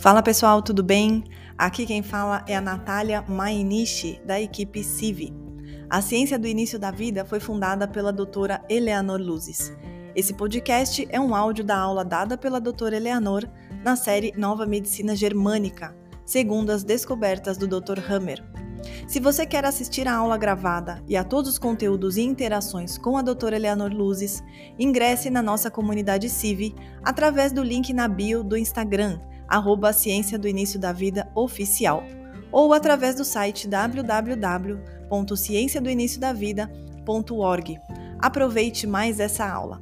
Fala pessoal, tudo bem? Aqui quem fala é a Natália Mainichi, da equipe CIV. A Ciência do Início da Vida foi fundada pela doutora Eleanor Luzes. Esse podcast é um áudio da aula dada pela doutora Eleanor na série Nova Medicina Germânica, segundo as descobertas do Dr. Hammer. Se você quer assistir a aula gravada e a todos os conteúdos e interações com a doutora Eleanor Luzes, ingresse na nossa comunidade CIV através do link na bio do Instagram, @Ciência do Início da Vida Oficial, ou através do site www.cienciadoiniciodavida.org. Aproveite mais essa aula.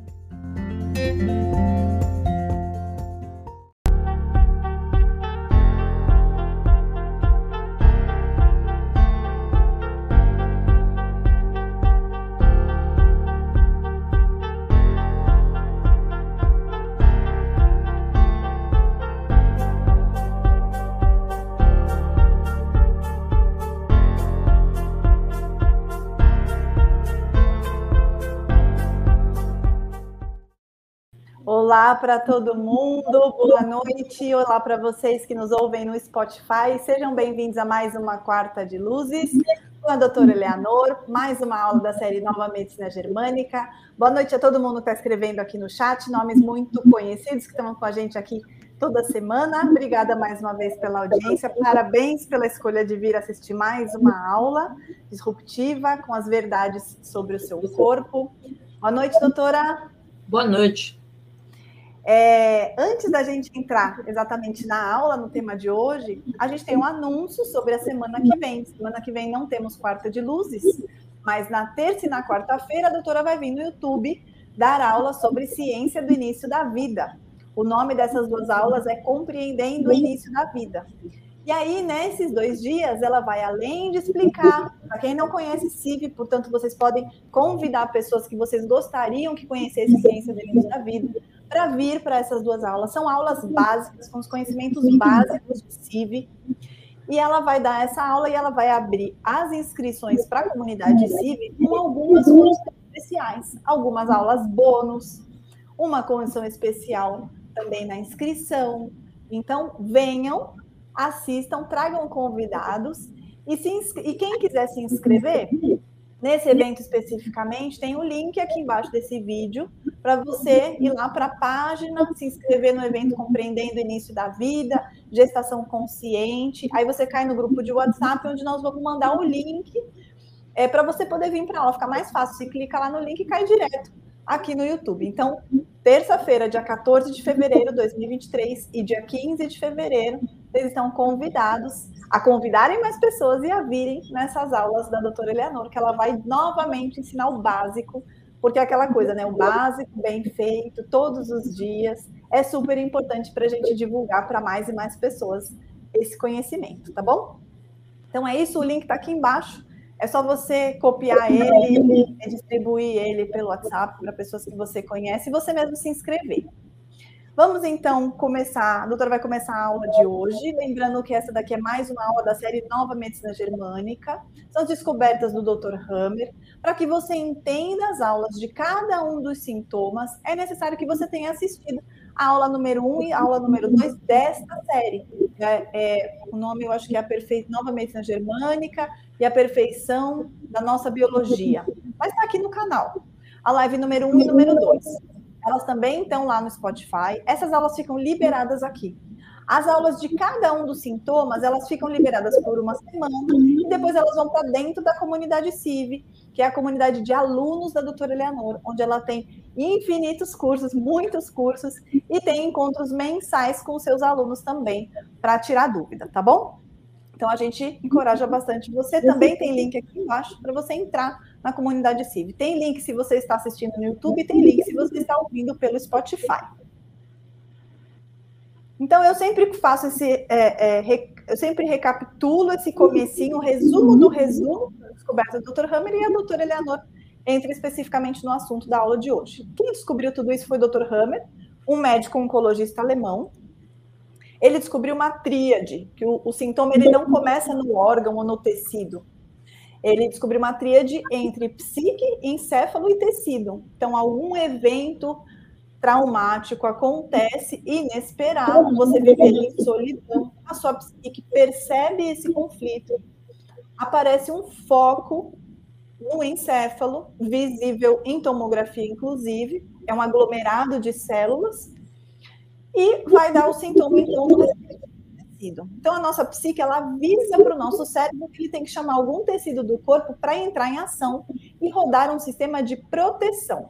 Olá para todo mundo, boa noite, olá para vocês que nos ouvem no Spotify, sejam bem-vindos a mais uma Quarta de Luzes, com a doutora Eleanor, mais uma aula da série Nova Medicina Germânica. Boa noite a todo mundo que está escrevendo aqui no chat, nomes muito conhecidos que estão com a gente aqui toda semana. Obrigada mais uma vez pela audiência, parabéns pela escolha de vir assistir mais uma aula disruptiva com as verdades sobre o seu corpo. Boa noite, doutora. Boa noite. Antes da gente entrar exatamente na aula, no tema de hoje, a gente tem um anúncio sobre a semana que vem. Semana que vem não temos Quarta de Luzes, mas na terça e na quarta-feira a doutora vai vir no YouTube dar aula sobre ciência do início da vida. O nome dessas duas aulas é Compreendendo o Início da Vida. E aí, nesses 2 dias, ela vai, além de explicar, para quem não conhece CIV, portanto, vocês podem convidar pessoas que vocês gostariam que conhecessem ciência do início da vida, para vir para essas 2 aulas. São aulas básicas, com os conhecimentos básicos de CIV. E ela vai dar essa aula e ela vai abrir as inscrições para a comunidade CIV com algumas condições especiais, algumas aulas bônus, uma condição especial também na inscrição. Então, venham, assistam, tragam convidados e quem quiser se inscrever nesse evento especificamente, tem o link aqui embaixo desse vídeo para você ir lá para a página, se inscrever no evento Compreendendo o Início da Vida, Gestação Consciente, aí você cai no grupo de WhatsApp, onde nós vamos mandar o link para você poder vir para lá, fica mais fácil, você clica lá no link e cai direto aqui no YouTube. Então, terça-feira, dia 14 de fevereiro de 2023 e dia 15 de fevereiro, vocês estão convidados a convidarem mais pessoas e a virem nessas aulas da doutora Eleanor, que ela vai novamente ensinar o básico, porque é aquela coisa, né? O básico bem feito, todos os dias, é super importante para a gente divulgar para mais e mais pessoas esse conhecimento, tá bom? Então é isso, o link está aqui embaixo. É só você copiar ele e distribuir ele pelo WhatsApp para pessoas que você conhece e você mesmo se inscrever. Vamos então começar, a doutora vai começar a aula de hoje, lembrando que essa daqui é mais uma aula da série Nova Medicina Germânica, são as descobertas do Dr. Hammer. Para que você entenda as aulas de cada um dos sintomas, é necessário que você tenha assistido a aula número 1 e a aula número 2 desta série. O nome eu acho que é a Nova Medicina Germânica e a Perfeição da Nossa Biologia. Mas está aqui no canal, a live número 1 e número 2. Elas também estão lá no Spotify. Essas aulas ficam liberadas aqui. As aulas de cada um dos sintomas, elas ficam liberadas por uma semana e depois elas vão para dentro da comunidade CIV, que é a comunidade de alunos da doutora Eleanor, onde ela tem infinitos cursos, muitos cursos, e tem encontros mensais com os seus alunos também, para tirar dúvida, tá bom? Então, a gente encoraja bastante. Você também tem link aqui embaixo para você entrar na comunidade CIV. Tem link se você está assistindo no YouTube e tem link se você está ouvindo pelo Spotify. Então, eu sempre faço eu sempre recapitulo esse comecinho, o resumo do resumo da descoberta do Dr. Hammer, e a doutora Eleanor entra especificamente no assunto da aula de hoje. Quem descobriu tudo isso foi o Dr. Hammer, um médico oncologista alemão. Ele descobriu uma tríade, que o sintoma ele não começa no órgão ou no tecido. Ele descobriu uma tríade entre psique, encéfalo e tecido. Então, algum evento traumático acontece, inesperado, você vive em solidão, a sua psique percebe esse conflito, aparece um foco no encéfalo, visível em tomografia, inclusive, é um aglomerado de células, e vai dar o sintoma, então, do tecido. Então, a nossa psique, ela avisa para o nosso cérebro que ele tem que chamar algum tecido do corpo para entrar em ação e rodar um sistema de proteção.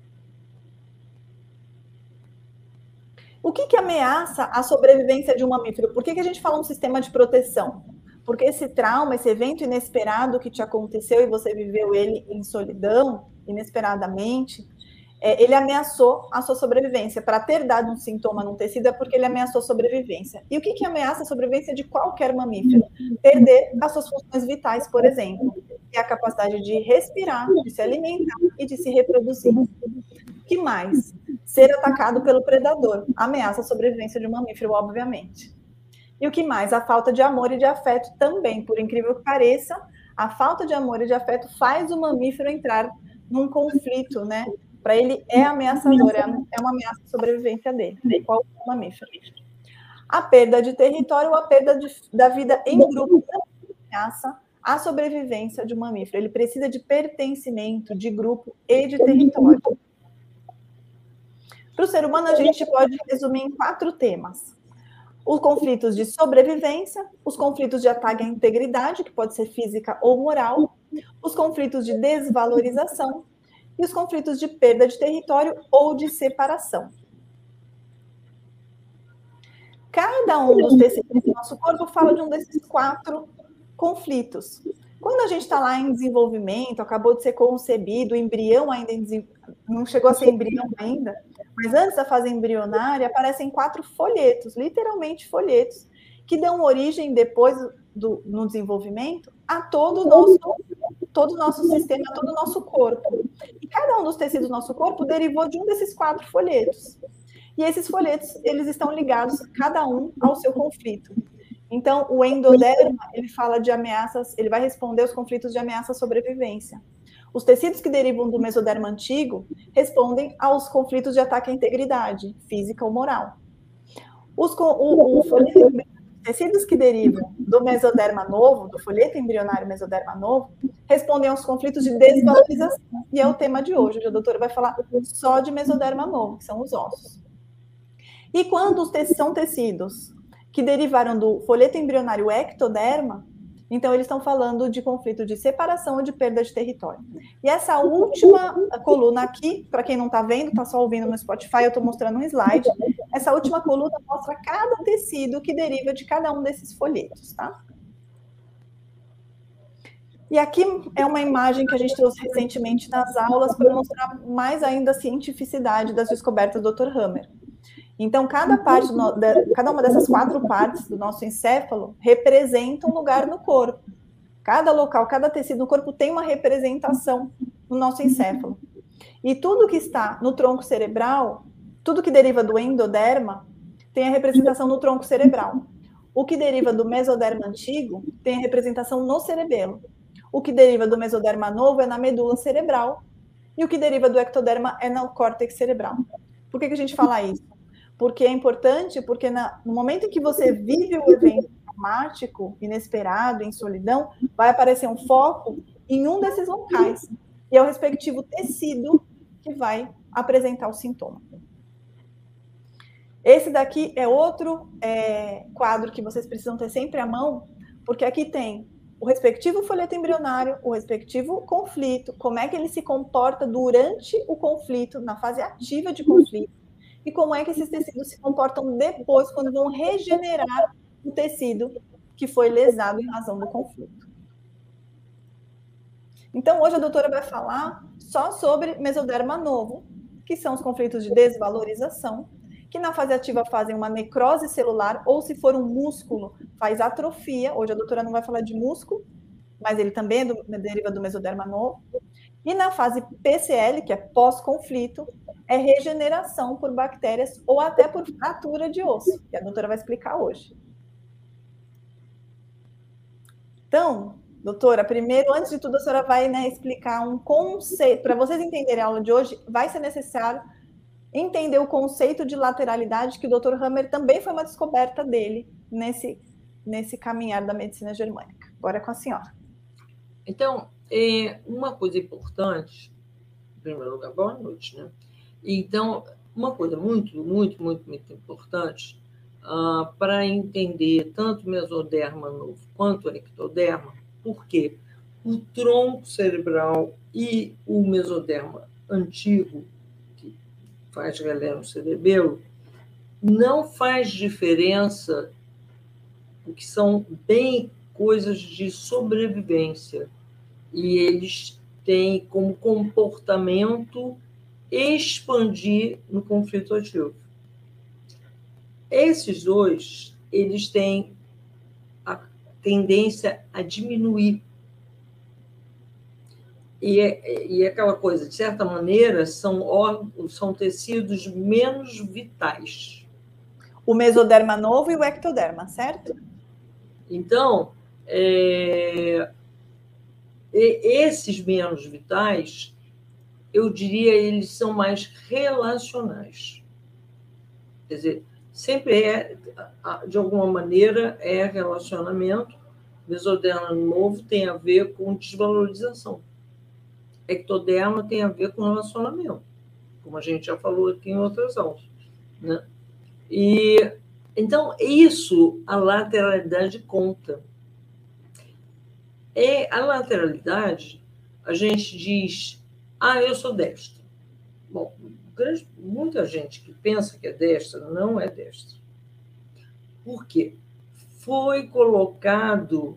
O que ameaça a sobrevivência de um mamífero? Por que a gente fala um sistema de proteção? Porque esse trauma, esse evento inesperado que te aconteceu e você viveu ele em solidão, inesperadamente, ele ameaçou a sua sobrevivência. Para ter dado um sintoma num tecido é porque ele ameaçou a sobrevivência. E o que ameaça a sobrevivência de qualquer mamífero? Perder as suas funções vitais, por exemplo, que é a capacidade de respirar, de se alimentar e de se reproduzir. O que mais? Ser atacado pelo predador. Ameaça a sobrevivência de um mamífero, obviamente. E o que mais? A falta de amor e de afeto também. Por incrível que pareça, a falta de amor e de afeto faz o mamífero entrar num conflito, né? Para ele é ameaçador, é uma ameaça à sobrevivência dele. Qual é o mamífero? A perda de território ou a perda da vida em grupo ameaça a sobrevivência de um mamífero. Ele precisa de pertencimento, de grupo e de território. Para o ser humano, a gente pode resumir em 4 temas. Os conflitos de sobrevivência, os conflitos de ataque à integridade, que pode ser física ou moral, os conflitos de desvalorização e os conflitos de perda de território ou de separação. Cada um dos tecidos do nosso corpo fala de um desses 4 conflitos. Quando a gente está lá em desenvolvimento, acabou de ser concebido, o embrião ainda não chegou a ser embrião ainda, mas antes da fase embrionária, aparecem 4 folhetos, literalmente folhetos, que dão origem depois no desenvolvimento a todo o nosso sistema, todo o nosso corpo. E cada um dos tecidos do nosso corpo derivou de um desses 4 folhetos. E esses folhetos, eles estão ligados, cada um, ao seu conflito. Então, o endoderma, ele fala de ameaças, ele vai responder aos conflitos de ameaça à sobrevivência. Os tecidos que derivam do mesoderma antigo respondem aos conflitos de ataque à integridade, física ou moral. Os tecidos que derivam do mesoderma novo, do folheto embrionário mesoderma novo, respondem aos conflitos de desvalorização. E é o tema de hoje. Hoje a doutora vai falar só de mesoderma novo, que são os ossos. E quando são tecidos que derivaram do folheto embrionário ectoderma, então eles estão falando de conflito de separação ou de perda de território. E essa última coluna aqui, para quem não está vendo, está só ouvindo no Spotify, eu estou mostrando um slide. Essa última coluna mostra cada tecido que deriva de cada um desses folhetos, tá? E aqui é uma imagem que a gente trouxe recentemente nas aulas para mostrar mais ainda a cientificidade das descobertas do Dr. Hammer. Então, cada uma dessas 4 partes do nosso encéfalo representa um lugar no corpo. Cada local, cada tecido no corpo tem uma representação no nosso encéfalo. E tudo que está no tronco cerebral, tudo que deriva do endoderma, tem a representação no tronco cerebral. O que deriva do mesoderma antigo tem a representação no cerebelo. O que deriva do mesoderma novo é na medula cerebral. E o que deriva do ectoderma é no córtex cerebral. Por que a gente fala isso? Porque é importante, porque no momento em que você vive o evento traumático, inesperado, em solidão, vai aparecer um foco em um desses locais. E é o respectivo tecido que vai apresentar o sintoma. Esse daqui é outro quadro que vocês precisam ter sempre à mão, porque aqui tem o respectivo folheto embrionário, o respectivo conflito, como é que ele se comporta durante o conflito, na fase ativa de conflito, e como é que esses tecidos se comportam depois, quando vão regenerar o tecido que foi lesado em razão do conflito. Então, hoje a doutora vai falar só sobre mesoderma novo, que são os conflitos de desvalorização, que na fase ativa fazem uma necrose celular, ou se for um músculo, faz atrofia. Hoje a doutora não vai falar de músculo, mas ele também deriva do mesoderma novo. E na fase PCL, que é pós-conflito, é regeneração por bactérias ou até por fratura de osso, que a doutora vai explicar hoje. Então, doutora, primeiro, antes de tudo, a senhora vai explicar um conceito. Para vocês entenderem a aula de hoje, vai ser necessário entender o conceito de lateralidade, que o Dr. Hammer também foi uma descoberta dele nesse caminhar da medicina germânica. Agora é com a senhora. Então, uma coisa importante, em primeiro lugar, boa noite, né? Então, uma coisa muito, muito, muito, muito importante para entender tanto o mesoderma novo quanto o ectoderma, porque o tronco cerebral e o mesoderma antigo, que faz galera no cerebelo, não faz diferença, porque são bem coisas de sobrevivência. E eles têm como comportamento expandir no conflito ativo. Esses dois, eles têm a tendência a diminuir. E aquela coisa, de certa maneira, são tecidos menos vitais. O mesoderma novo e o ectoderma, certo? Então, esses menos vitais, eu diria, eles são mais relacionais. Quer dizer, sempre de alguma maneira, relacionamento. Mesoderma novo tem a ver com desvalorização. Ectoderma tem a ver com relacionamento, como a gente já falou aqui em outras aulas, né? E, então, isso, a lateralidade conta. A lateralidade, a gente diz, eu sou destro. Bom, muita gente que pensa que é destra não é destra. Por quê? Foi colocado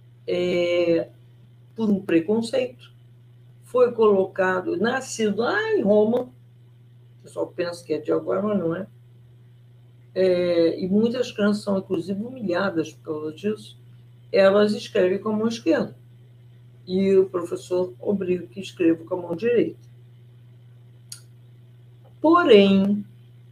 por um preconceito. Foi colocado, nascido lá em Roma, o pessoal pensa que é de agora, mas não é. E muitas crianças são, inclusive, humilhadas por causa disso. Elas escrevem com a mão esquerda. E o professor obriga que escreva com a mão direita. Porém,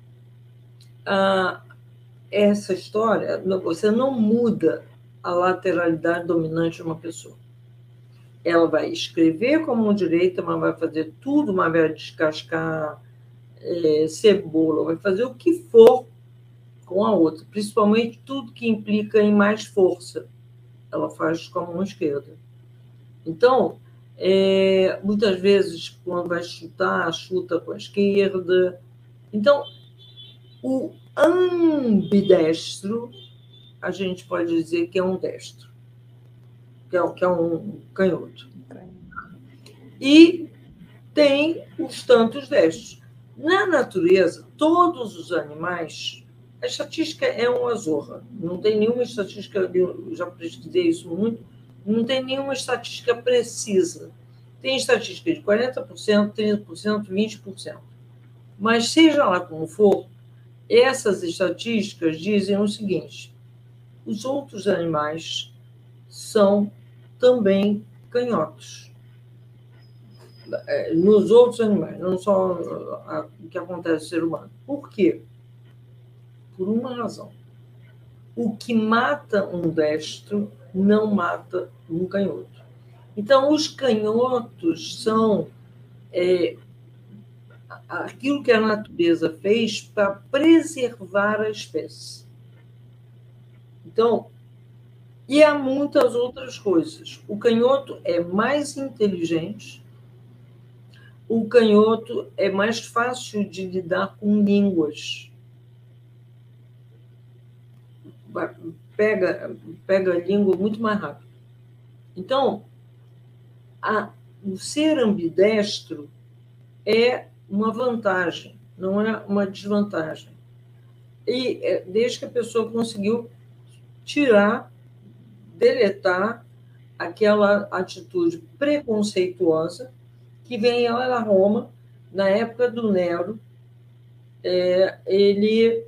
essa história, você não muda a lateralidade dominante de uma pessoa. Ela vai escrever com a mão direita, mas vai fazer tudo, mas vai descascar cebola, vai fazer o que for com a outra, principalmente tudo que implica em mais força. Ela faz com a mão esquerda. Então, muitas vezes, quando vai chutar, chuta com a esquerda. Então, o ambidestro, a gente pode dizer que é um destro, que é um canhoto. E tem os tantos destros. Na natureza, todos os animais, a estatística é uma zorra. Não tem nenhuma estatística, eu já pesquisei isso muito, não tem nenhuma estatística precisa. Tem estatística de 40%, 30%, 20%. Mas, seja lá como for, essas estatísticas dizem o seguinte: os outros animais são também canhotos. Nos outros animais, não só o que acontece no ser humano. Por quê? Por uma razão. O que mata um destro não mata um canhoto. Então, os canhotos são aquilo que a natureza fez para preservar a espécie. Então, e há muitas outras coisas. O canhoto é mais inteligente, o canhoto é mais fácil de lidar com línguas. Pega a língua muito mais rápido. Então, o ser ambidestro é uma vantagem, não é uma desvantagem. E desde que a pessoa conseguiu deletar aquela atitude preconceituosa que vem lá na Roma, na época do Nero. Ele,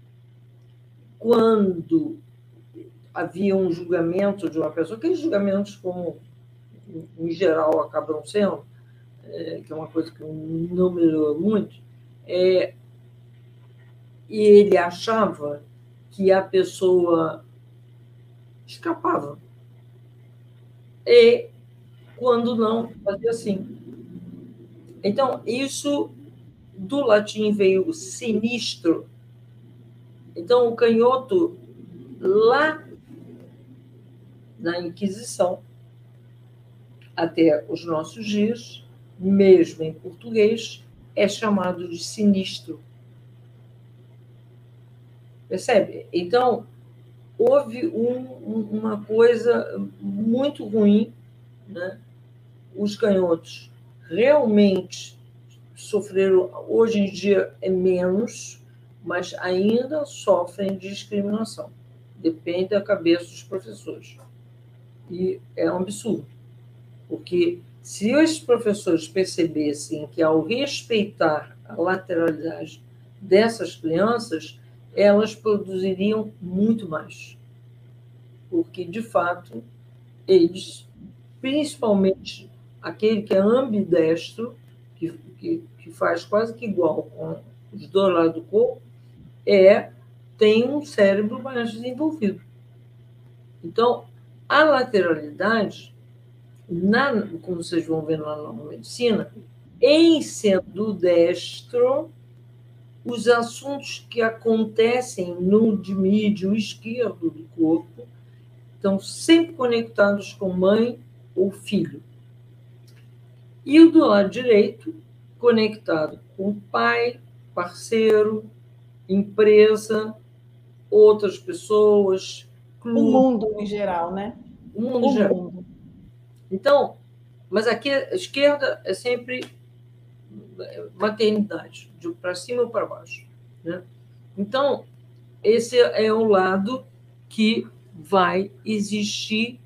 quando havia um julgamento de uma pessoa, aqueles julgamentos, como em geral acabam sendo, que é uma coisa que não melhorou muito, e ele achava que a pessoa escapava. E, quando não, fazia assim. Então, isso do latim veio sinistro. Então, o canhoto, lá na Inquisição, até os nossos dias, mesmo em português, é chamado de sinistro. Percebe? Então, houve uma coisa muito ruim, né? Os canhotos realmente sofreram, hoje em dia é menos, mas ainda sofrem discriminação. Depende da cabeça dos professores. E é um absurdo, porque se os professores percebessem que, ao respeitar a lateralidade dessas crianças, elas produziriam muito mais. Porque, de fato, eles, principalmente aquele que é ambidestro, que faz quase que igual com os dois lados do corpo, tem um cérebro mais desenvolvido. Então, a lateralidade, como vocês vão ver lá na medicina, em sendo destro, os assuntos que acontecem no dimídio esquerdo do corpo estão sempre conectados com mãe ou filho. E o do lado direito, conectado com pai, parceiro, empresa, outras pessoas, clube. O mundo em geral, né? O mundo em geral. Então, mas aqui a esquerda é sempre maternidade, de para cima ou para baixo, né? Então, esse é o lado que vai existir,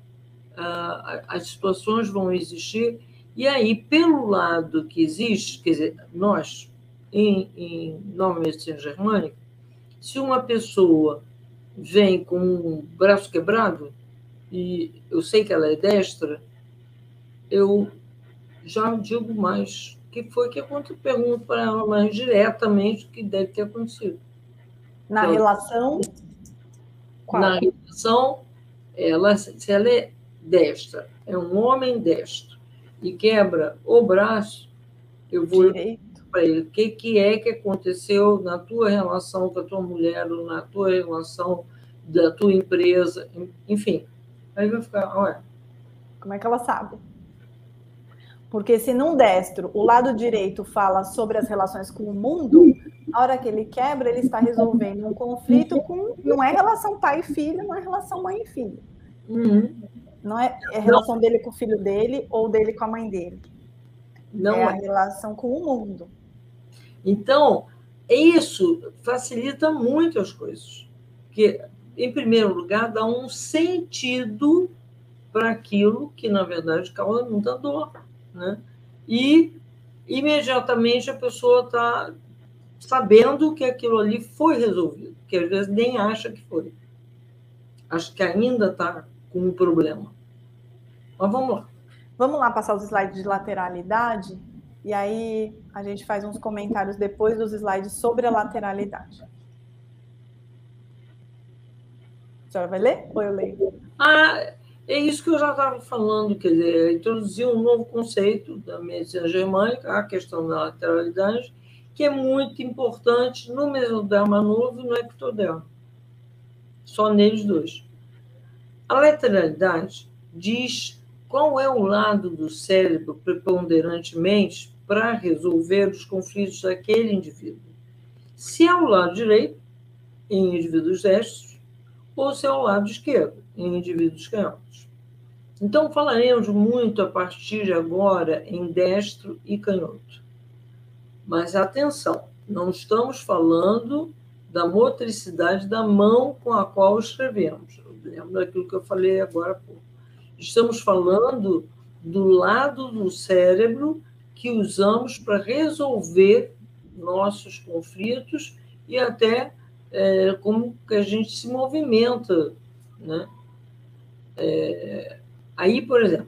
as situações vão existir, e aí, pelo lado que existe, quer dizer, nós, em Nova Medicina Germânica, se uma pessoa vem com um braço quebrado, e eu sei que ela é destra, eu já digo mais o que foi que aconteceu, pergunto para ela mais diretamente o que deve ter acontecido. Na relação? Qual? Na relação, se ela é destra, é um homem destro, e quebra o braço, eu vou para ele, o que é que aconteceu na tua relação com a tua mulher, ou na tua relação da tua empresa, enfim. Aí vai ficar, olha. Como é que ela sabe? Porque se num destro, o lado direito fala sobre as relações com o mundo, a hora que ele quebra, ele está resolvendo um conflito com... Não é relação pai e filho, não é relação mãe e filho. Uhum. Não é a relação dele com o filho dele ou dele com a mãe dele. Não é a relação com o mundo. Então, isso facilita muito as coisas. Porque, em primeiro lugar, dá um sentido para aquilo que, na verdade, causa muita dor, né? E, imediatamente, a pessoa está sabendo que aquilo ali foi resolvido, que às vezes nem acha que foi. Acha que ainda está com um problema. Mas vamos lá. Vamos lá passar os slides de lateralidade, e aí a gente faz uns comentários depois dos slides sobre a lateralidade. A senhora vai ler ou eu leio? É isso que eu já estava falando, quer dizer, introduzir um novo conceito da medicina germânica, a questão da lateralidade, que é muito importante no mesoderma novo e no ectoderma. Só neles dois. A lateralidade diz qual é o lado do cérebro preponderantemente para resolver os conflitos daquele indivíduo. Se é o lado direito, em indivíduos destros, ou se é o lado esquerdo, em indivíduos canhotos. Então, falaremos muito a partir de agora em destro e canhoto. Mas atenção, não estamos falando da motricidade da mão com a qual escrevemos. Eu lembro daquilo que eu falei agora há pouco. Estamos falando do lado do cérebro que usamos para resolver nossos conflitos e até como que a gente se movimenta, né? Aí, por exemplo,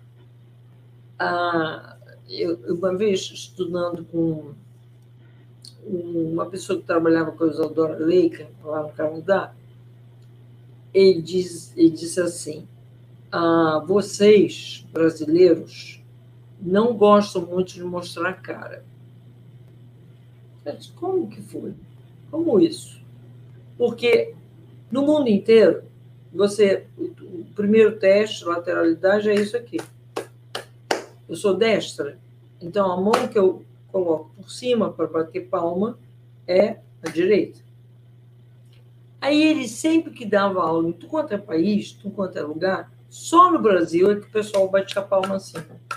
eu uma vez estudando com uma pessoa que trabalhava com a Isadora Leica, lá no Canadá, ele disse assim: vocês, brasileiros, não gostam muito de mostrar a cara. Eu disse, como que foi? Como isso? Porque no mundo inteiro, o primeiro teste, lateralidade, é isso aqui. Eu sou destra, então a mão que eu coloco por cima para bater palma é a direita. Aí ele sempre que dava aula em tudo quanto é país, tudo quanto é lugar, só no Brasil é que o pessoal bate a palma assim.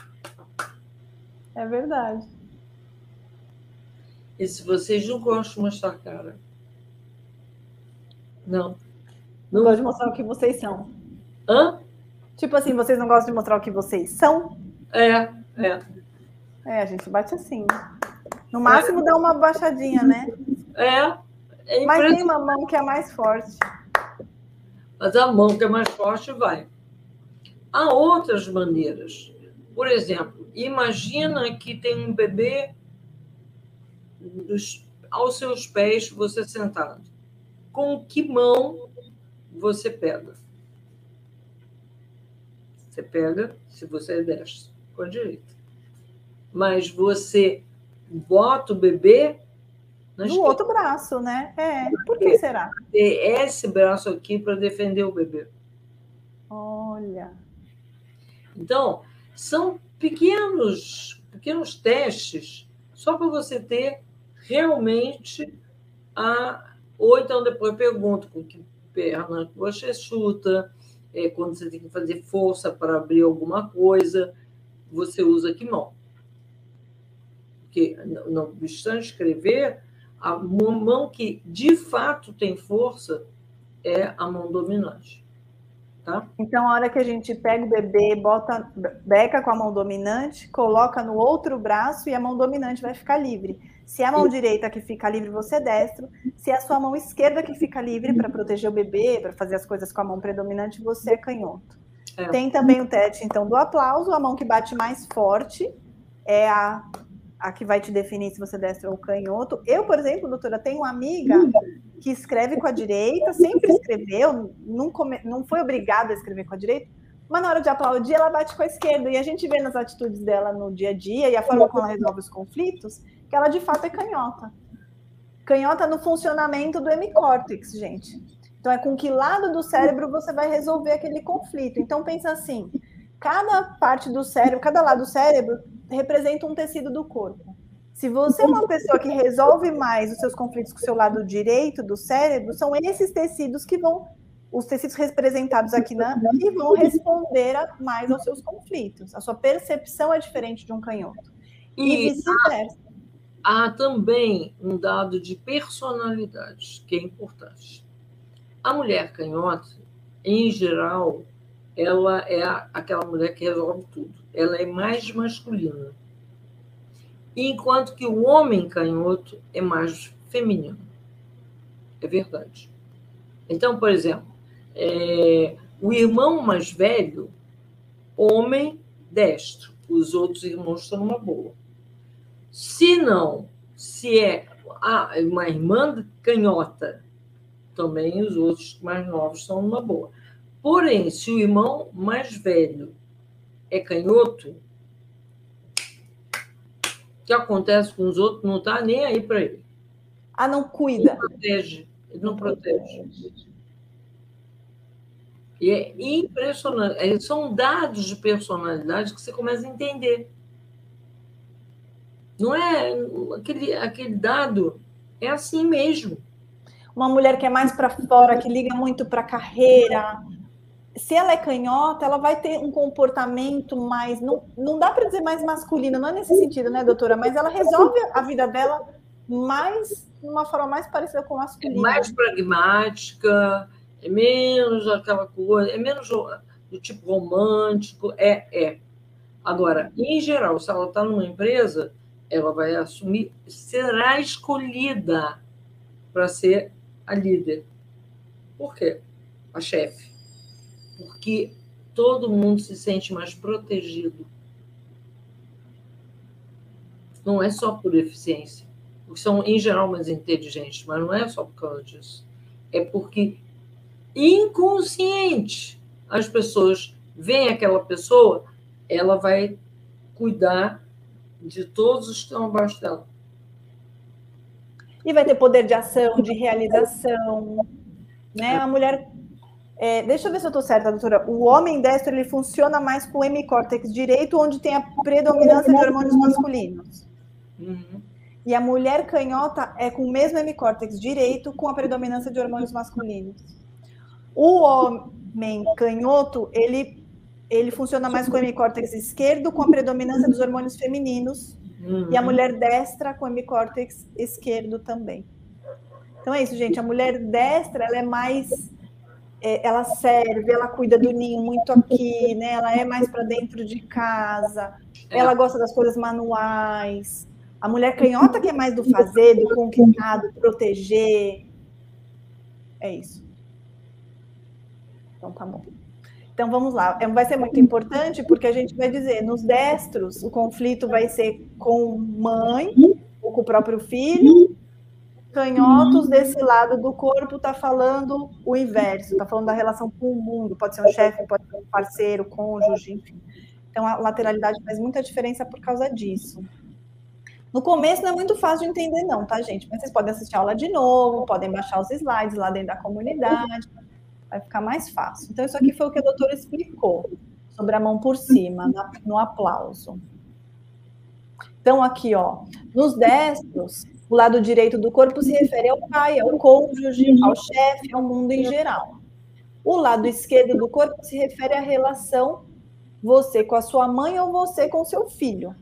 É verdade. E se vocês não gostam de mostrar a cara? Não. Não gosto de mostrar o que vocês são. Hã? Tipo assim, vocês não gostam de mostrar o que vocês são? É. A gente bate assim. No máximo dá uma baixadinha, né? Mas tem uma mão que é mais forte. Mas a mão que é mais forte vai. Há outras maneiras. Por exemplo, imagina que tem um bebê aos seus pés, você sentado. Com que mão você pega? Você pega, se você é destro, com a direita. Mas você bota o bebê no outro braço, né? Por que será? Ter esse braço aqui para defender o bebê. Olha. Então, são pequenos testes só para você ter realmente ou então depois eu pergunto com que perna você chuta, quando você tem que fazer força para abrir alguma coisa, você usa que mão? Porque, não obstante escrever, a mão que de fato tem força é a mão dominante. Tá? Então, a hora que a gente pega o bebê, beca com a mão dominante, coloca no outro braço e a mão dominante vai ficar livre. Se é a mão direita que fica livre, você é destro. Se é a sua mão esquerda que fica livre para proteger o bebê, para fazer as coisas com a mão predominante, você é canhoto. Tem também o teste, então, do aplauso. A mão que bate mais forte é a que vai te definir se você é destro ou canhoto. Eu, por exemplo, doutora, tenho uma amiga que escreve com a direita, sempre escreveu, não foi obrigada a escrever com a direita, mas na hora de aplaudir, ela bate com a esquerda. E a gente vê nas atitudes dela no dia a dia e a forma como ela resolve os conflitos, que ela, de fato, é canhota. Canhota no funcionamento do hemicórtex, gente. Então, é com que lado do cérebro você vai resolver aquele conflito. Então, pensa assim, cada parte do cérebro, cada lado do cérebro representa um tecido do corpo. Se você é uma pessoa que resolve mais os seus conflitos com o seu lado direito do cérebro, são esses tecidos que vão, os tecidos representados aqui que vão responder mais aos seus conflitos. A sua percepção é diferente de um canhoto. E vice-versa. Há também um dado de personalidade, que é importante. A mulher canhota, em geral, ela é aquela mulher que resolve tudo. Ela é mais masculina. Enquanto que o homem canhoto é mais feminino. É verdade. Então, por exemplo, o irmão mais velho, homem destro. Os outros irmãos estão numa boa. Se não, se é uma irmã canhota, também os outros mais novos estão numa boa. Porém, se o irmão mais velho é canhoto, o que acontece com os outros não está nem aí para ele. Não cuida. Ele não protege. E é impressionante. São dados de personalidade que você começa a entender. Não é aquele dado, é assim mesmo. Uma mulher que é mais para fora, que liga muito para a carreira. Se ela é canhota, ela vai ter um comportamento mais... Não dá para dizer mais masculino, não é nesse sentido, né, doutora? Mas ela resolve a vida dela de uma forma mais parecida com o masculino. É mais pragmática, é menos aquela coisa, é menos do tipo romântico, Agora, em geral, se ela está numa empresa, ela vai assumir, será escolhida para ser a líder. Por quê? A chefe. Porque todo mundo se sente mais protegido. Não é só por eficiência, porque são, em geral, mais inteligentes, mas não é só por causa disso. É porque, inconsciente, as pessoas veem aquela pessoa, ela vai cuidar de todos os que estão abaixo dela. e vai ter poder de ação, de realização, né? A mulher... deixa eu ver se eu estou certa, doutora. O homem destro, ele funciona mais com o hemicórtex direito, onde tem a predominância de hormônios masculinos. Uhum. E a mulher canhota é com o mesmo hemicórtex direito, com a predominância de hormônios masculinos. O homem canhoto, ele funciona mais com o hemicórtex esquerdo, com a predominância dos hormônios femininos. Uhum. E a mulher destra com o hemicórtex esquerdo também. Então é isso, gente. A mulher destra, ela é mais... ela serve, ela cuida do ninho muito aqui, né? Ela é mais para dentro de casa. Ela gosta das coisas manuais. A mulher canhota que é mais do fazer, do conquistar, do proteger. É isso. Então, tá bom. Então, vamos lá. Vai ser muito importante porque a gente vai dizer, nos destros, o conflito vai ser com mãe ou com o próprio filho. Canhotos, desse lado do corpo, está falando o inverso, está falando da relação com o mundo. Pode ser um chefe, pode ser um parceiro, cônjuge, enfim. Então, a lateralidade faz muita diferença por causa disso. No começo não é muito fácil de entender não, tá, gente? Mas vocês podem assistir a aula de novo, podem baixar os slides lá dentro da comunidade, vai ficar mais fácil. Então, isso aqui foi o que a doutora explicou, sobre a mão por cima, no aplauso. Então, aqui, ó, nos destros, o lado direito do corpo se refere ao pai, ao cônjuge, ao chefe, ao mundo em geral. O lado esquerdo do corpo se refere à relação você com a sua mãe ou você com o seu filho.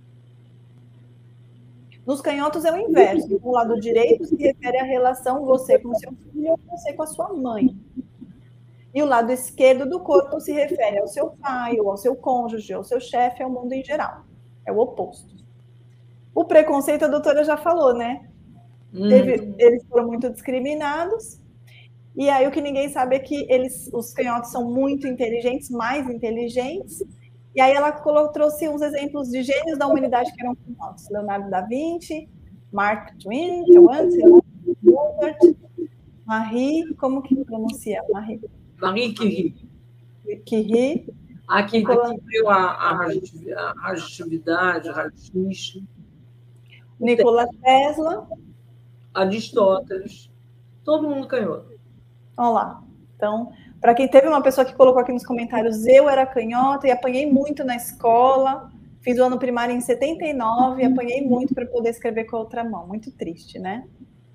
Nos canhotos é o inverso. O lado direito se refere à relação você com o seu filho ou você com a sua mãe. E o lado esquerdo do corpo se refere ao seu pai, ou ao seu cônjuge, ao seu chefe, ao mundo em geral. É o oposto. O preconceito, a doutora já falou, né? Eles foram muito discriminados. E aí o que ninguém sabe é que os canhotos são muito inteligentes, mais inteligentes. E aí ela trouxe uns exemplos de gênios da humanidade que eram canhotos. Leonardo da Vinci, Mark Twain, Robert, Marie, como que pronuncia? Marie Curie. Curie. Aqui veio a radioatividade, a raio-x. Nikola Tesla. Aristóteles. Todo mundo canhoto. Olha lá. Então, para quem teve uma pessoa que colocou aqui nos comentários, eu era canhota e apanhei muito na escola. Fiz o ano primário em 79 e apanhei muito para poder escrever com a outra mão. Muito triste, né?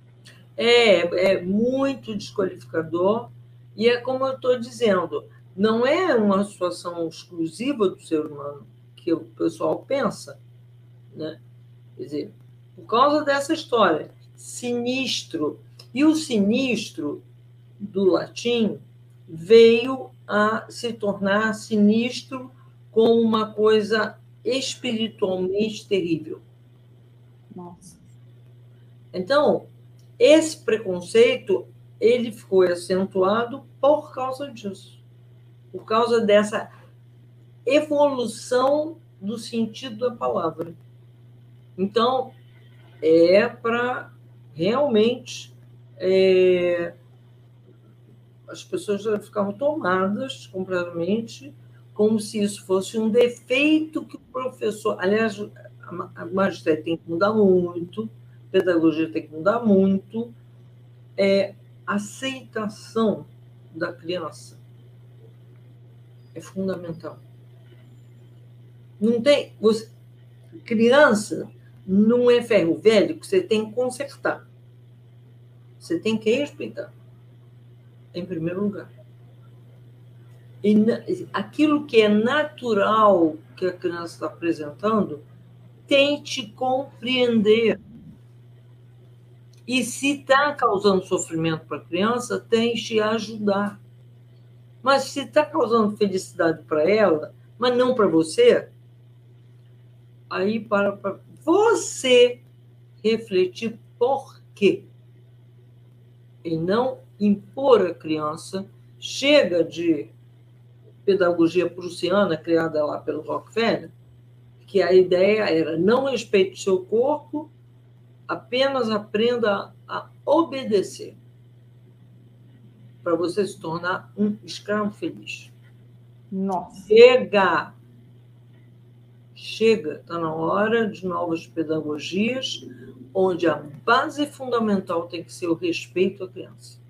É muito desqualificador. E é como eu estou dizendo, não é uma situação exclusiva do ser humano que o pessoal pensa, né? Quer dizer, por causa dessa história, sinistro. E o sinistro, do latim, veio a se tornar sinistro como uma coisa espiritualmente terrível. Nossa. Então, esse preconceito, ele foi acentuado por causa disso, por causa dessa evolução do sentido da palavra. Então, é para realmente... as pessoas já ficavam tomadas completamente, como se isso fosse um defeito que o professor... Aliás, a magistério tem que mudar muito, a pedagogia tem que mudar muito, a aceitação da criança é fundamental. Não tem... criança não é ferro velho que você tem que consertar. Você tem que respeitar, em primeiro lugar. E aquilo que é natural que a criança está apresentando, tente compreender. E se está causando sofrimento para a criança, tente ajudar. Mas se está causando felicidade para ela, mas não para você, aí para você refletir por quê. E não impor à criança. Chega de pedagogia prussiana, criada lá pelo Rockefeller, que a ideia era não respeite o seu corpo, apenas aprenda a obedecer, para você se tornar um escravo feliz. Nossa. Chega, está na hora de novas pedagogias, onde a base fundamental tem que ser o respeito à criança.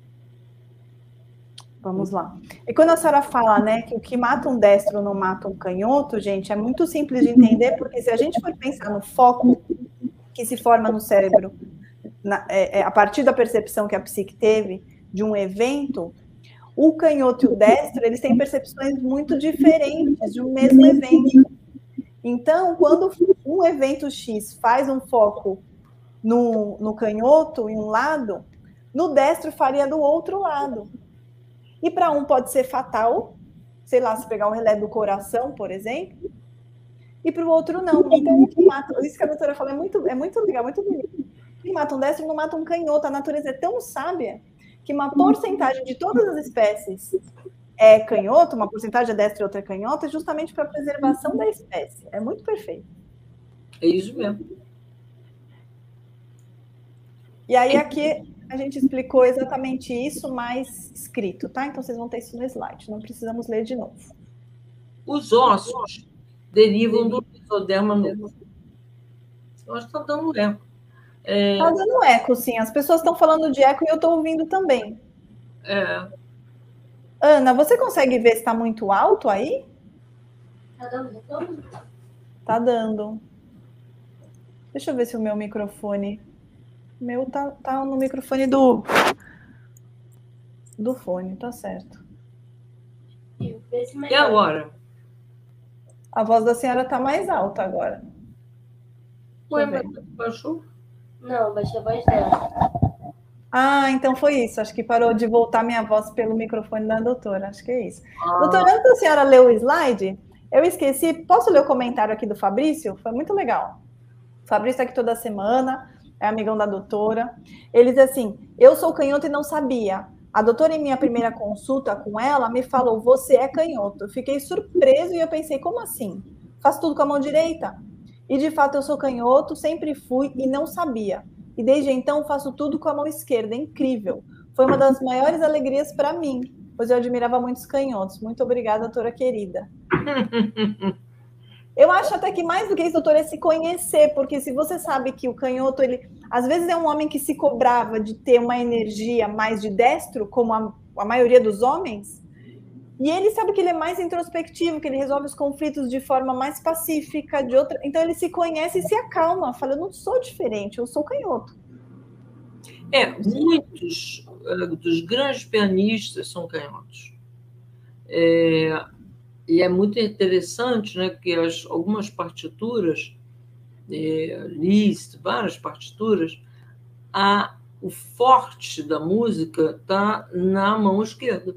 Vamos lá. E quando a senhora fala, né, que o que mata um destro não mata um canhoto, gente, é muito simples de entender, porque se a gente for pensar no foco que se forma no cérebro, a partir da percepção que a psique teve de um evento, o canhoto e o destro, eles têm percepções muito diferentes de um mesmo evento. Então, quando um evento X faz um foco no canhoto, em um lado, no destro faria do outro lado. E para um pode ser fatal, sei lá, se pegar o relé do coração, por exemplo, e para o outro não. Então, o que mata, isso que a doutora falou é muito legal, muito bonito. O que mata um destro não mata um canhoto. A natureza é tão sábia que uma porcentagem de todas as espécies é canhoto, uma porcentagem é destro e outra é canhota, justamente para a preservação da espécie. É muito perfeito. É isso mesmo. E aí aqui a gente explicou exatamente isso, mas escrito, tá? Então vocês vão ter isso no slide, não precisamos ler de novo. Os ossos derivam do mesoderma novo. Eu acho que está dando eco. Está dando eco, sim. As pessoas estão falando de eco e eu estou ouvindo também. Ana, você consegue ver se está muito alto aí? Tá dando retorno? Tá dando. Deixa eu ver se o meu microfone... O meu tá no microfone do fone, tá certo. E agora? A voz da senhora tá mais alta agora. Ué, mas baixou? Não, baixou a voz dela. Ah, então foi isso. Acho que parou de voltar minha voz pelo microfone da doutora. Acho que é isso. Doutora, antes da senhora ler o slide, eu esqueci. Posso ler o comentário aqui do Fabrício? Foi muito legal. O Fabrício está aqui toda semana, é amigão da doutora. Ele diz assim: eu sou canhoto e não sabia. A doutora, em minha primeira consulta com ela, me falou: você é canhoto. Eu fiquei surpreso e eu pensei: como assim? Faço tudo com a mão direita? E de fato eu sou canhoto, sempre fui e não sabia. E desde então faço tudo com a mão esquerda. É incrível. Foi uma das maiores alegrias para mim, pois eu admirava muitos canhotos. Muito obrigada, doutora querida. Eu acho até que mais do que isso, doutora, é se conhecer, porque se você sabe que o canhoto, ele às vezes é um homem que se cobrava de ter uma energia mais de destro, como a maioria dos homens, e ele sabe que ele é mais introspectivo, que ele resolve os conflitos de forma mais pacífica, de outra. Então ele se conhece e se acalma, fala: eu não sou diferente, eu sou canhoto. Muitos dos grandes pianistas são canhotos. E é muito interessante, né, que algumas partituras, Liszt, várias partituras, o forte da música está na mão esquerda.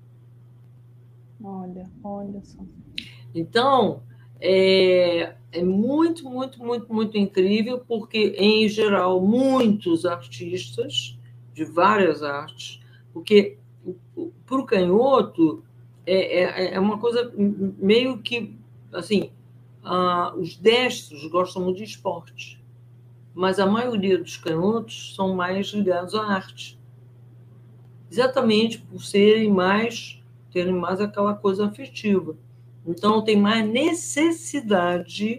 Olha só. Então, é muito, muito, muito, muito incrível, porque, em geral, muitos artistas de várias artes, porque para o canhoto é uma coisa meio que, assim, os destros gostam muito de esporte, mas a maioria dos canhotos são mais ligados à arte, exatamente por terem mais aquela coisa afetiva. Então, tem mais necessidade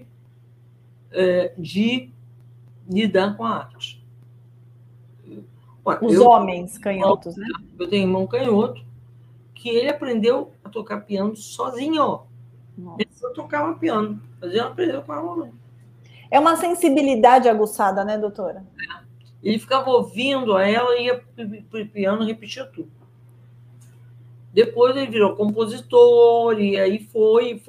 de lidar com a arte. Os homens canhotos, né? Eu tenho um irmão canhoto que ele aprendeu a tocar piano sozinho. Nossa. Ele só tocava piano, mas ele aprendeu com a mão. É uma sensibilidade aguçada, né, doutora? Ele ficava ouvindo a ela e ia para o piano e repetia tudo. Depois ele virou compositor, e aí foi.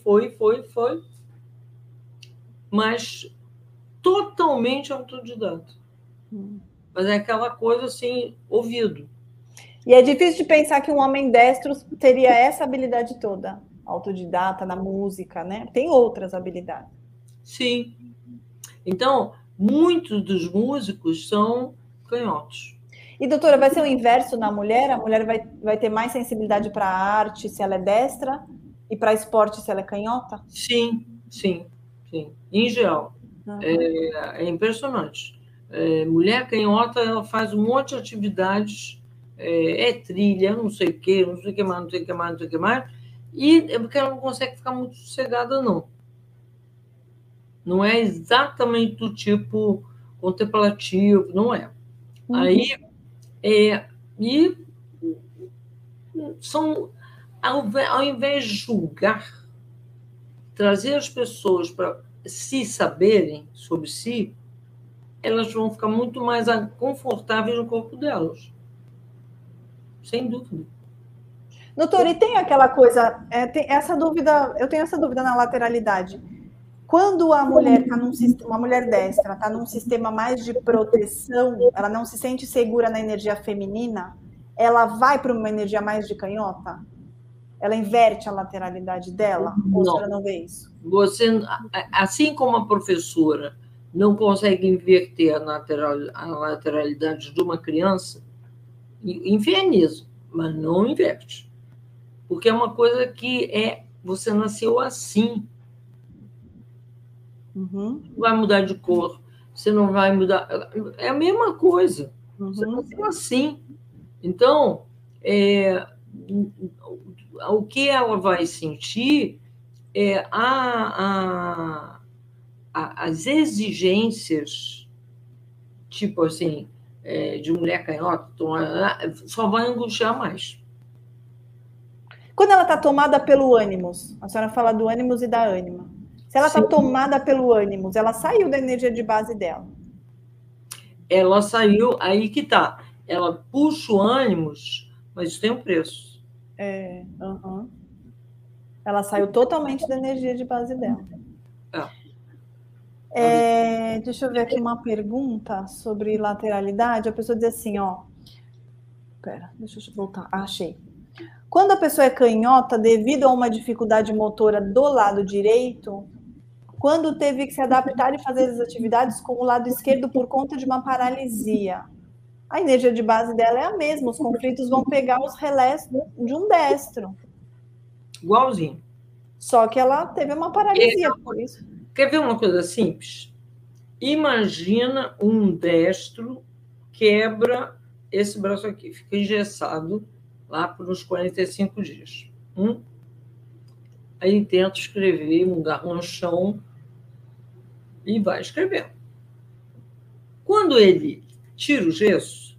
Mas totalmente autodidata. Mas é aquela coisa assim, ouvido. E é difícil de pensar que um homem destro teria essa habilidade toda, autodidata na música, né? Tem outras habilidades. Sim. Então, muitos dos músicos são canhotos. E, doutora, vai ser o inverso na mulher? A mulher vai ter mais sensibilidade para a arte se ela é destra e para esporte se ela é canhota? Sim. Em geral. Uhum. É impressionante. Mulher canhota, ela faz um monte de atividades, trilha, não sei o que mais, e é porque ela não consegue ficar muito sossegada, não. Não é exatamente do tipo contemplativo, não é. Aí, e são, ao invés de julgar, trazer as pessoas para se saberem sobre si, elas vão ficar muito mais confortáveis no corpo delas. Sem dúvida. Doutor, e tem aquela coisa, tem essa dúvida, eu tenho essa dúvida na lateralidade. Quando a mulher está uma mulher destra, está num sistema mais de proteção, ela não se sente segura na energia feminina, ela vai para uma energia mais de canhota? Ela inverte a lateralidade dela? Ou a senhora não vê isso? Você, assim como a professora não consegue inverter a lateralidade de uma criança, inferniza, mas não inverte. Porque é uma coisa que você nasceu assim. Uhum. Não vai mudar de cor, você não vai mudar. É a mesma coisa. Você nasceu assim. Então, o que ela vai sentir é as exigências, tipo assim, de mulher canhota, só vai angustiar mais. Quando ela está tomada pelo ânimos, a senhora fala do ânimos e da ânima. Se ela está tomada pelo ânimos, ela saiu da energia de base dela. Ela saiu, aí que tá. Ela puxa o ânimos, mas isso tem um preço. Ela saiu totalmente da energia de base dela. Deixa eu ver aqui uma pergunta sobre lateralidade. A pessoa diz assim, ó. Pera, deixa eu voltar. Achei. Quando a pessoa é canhota, devido a uma dificuldade motora do lado direito, quando teve que se adaptar e fazer as atividades com o lado esquerdo por conta de uma paralisia, a energia de base dela é a mesma, os conflitos vão pegar os relés de um destro. Igualzinho. Só que ela teve uma paralisia por isso. Quer ver uma coisa simples? Imagina um destro quebra esse braço aqui, fica engessado lá por uns 45 dias. Aí tenta escrever um garranchão e vai escrevendo. Quando ele tira o gesso,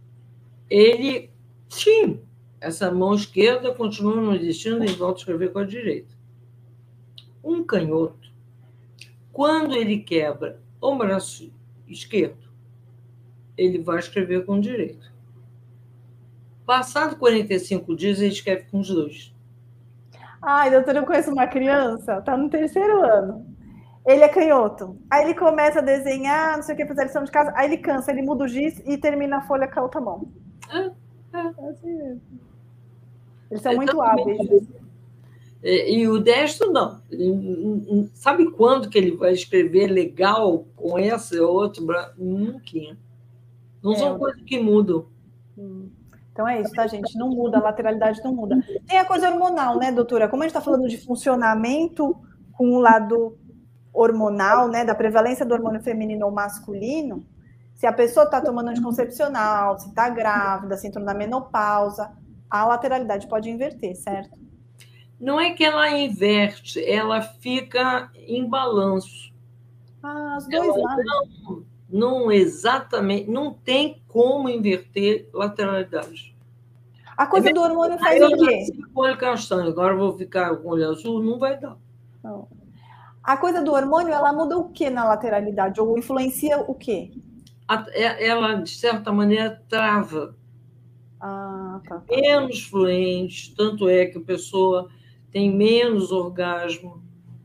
essa mão esquerda continua não existindo e volta a escrever com a direita. Um canhoto, quando ele quebra o braço esquerdo, ele vai escrever com o direito. Passado 45 dias, ele escreve com os dois. Ai, doutora, eu conheço uma criança, está no 3º ano. Ele é canhoto. Aí ele começa a desenhar, não sei o que, fazer lição de casa. Aí ele cansa, ele muda o giz e termina a folha com a outra mão. Assim mesmo. Eles são muito hábeis. E o destro, não. Sabe quando que ele vai escrever legal com esse ou outro? Nunca. Não são coisas que mudam. Então é isso, tá, gente? Não muda, a lateralidade não muda. Tem a coisa hormonal, né, doutora? Como a gente está falando de funcionamento com o lado hormonal, né, da prevalência do hormônio feminino ou masculino, se a pessoa está tomando anticoncepcional, se está grávida, se entrou na menopausa, a lateralidade pode inverter, certo? Não é que ela inverte, ela fica em balanço. Os dois lados. Não exatamente, não tem como inverter lateralidade. A coisa do hormônio faz o quê? Com olho castanho, agora eu vou ficar com olho azul, não vai dar. Não. A coisa do hormônio, ela muda o que na lateralidade? Ou influencia o quê? Ela, de certa maneira, trava. Tá. Menos fluente, tanto é que a pessoa tem menos orgasmo.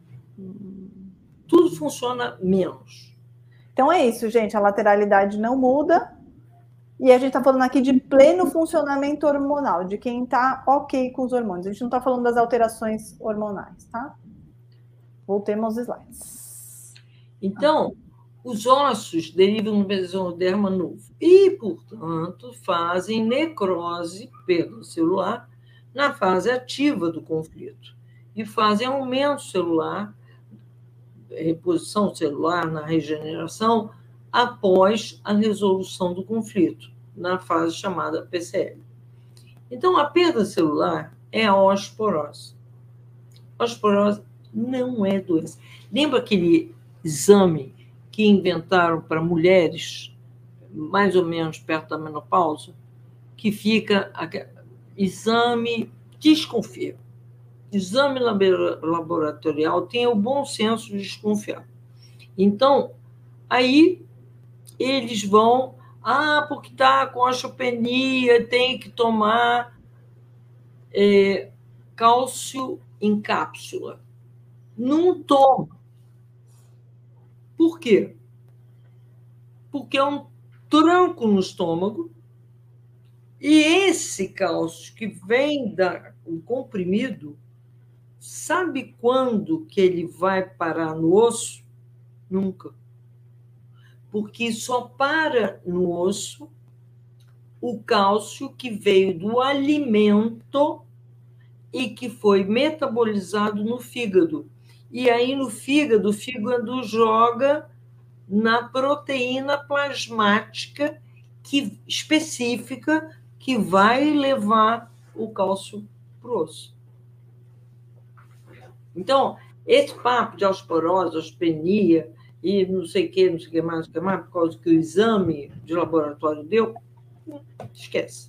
Tudo funciona menos. Então é isso, gente. A lateralidade não muda. E a gente está falando aqui de pleno funcionamento hormonal, de quem está ok com os hormônios. A gente não está falando das alterações hormonais, tá? Voltemos aos slides. Então, os ossos derivam do mesoderma novo e, portanto, fazem necrose, perda celular, na fase ativa do conflito e fazem aumento celular, reposição celular na regeneração após a resolução do conflito, na fase chamada PCL. Então, a perda celular é a osteoporose. A osteoporose não é doença. Lembra aquele exame que inventaram para mulheres, mais ou menos perto da menopausa, que fica exame, desconfia. Exame laboratorial tem o bom senso de desconfiar. Então, aí eles vão, porque está com osteopenia, tem que tomar cálcio em cápsula. Não toma. Por quê? Porque é um tranco no estômago e esse cálcio que vem do comprimido, sabe quando que ele vai parar no osso? Nunca. Porque só para no osso o cálcio que veio do alimento e que foi metabolizado no fígado. E aí, no fígado, o fígado joga na proteína plasmática específica que vai levar o cálcio para o osso. Então, esse papo de osteoporose, osteopenia e não sei o que mais, por causa que o exame de laboratório deu, esquece.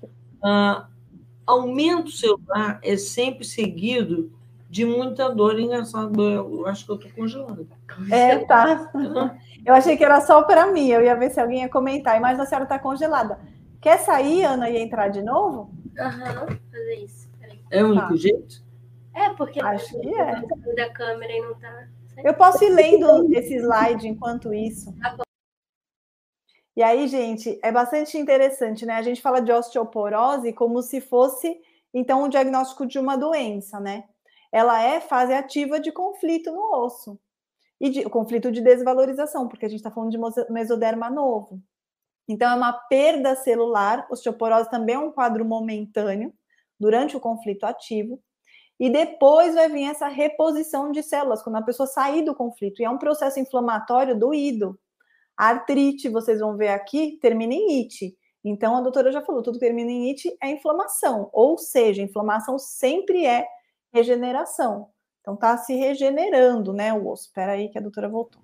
Aumento celular é sempre seguido de muita dor. Engraçado, eu acho que eu estou congelando. Tá. Eu achei que era só para mim, eu ia ver se alguém ia comentar, mas a senhora está congelada. Quer sair, Ana, e entrar de novo? Fazer isso. Peraí. É o único jeito? Porque acho que é. Da câmera e não tá. Eu posso ir lendo esse slide enquanto isso. Tá bom. E aí, gente, é bastante interessante, né? A gente fala de osteoporose como se fosse, então, um diagnóstico de uma doença, né? Ela é fase ativa de conflito no osso. E conflito de desvalorização, porque a gente está falando de mesoderma novo. Então, é uma perda celular. Osteoporose também é um quadro momentâneo durante o conflito ativo. E depois vai vir essa reposição de células, quando a pessoa sair do conflito. E é um processo inflamatório doído. A artrite, vocês vão ver aqui, termina em ite. Então, a doutora já falou, tudo que termina em ite é inflamação. Ou seja, inflamação sempre é regeneração. Então, está se regenerando, né, o osso. Espera aí que a doutora voltou.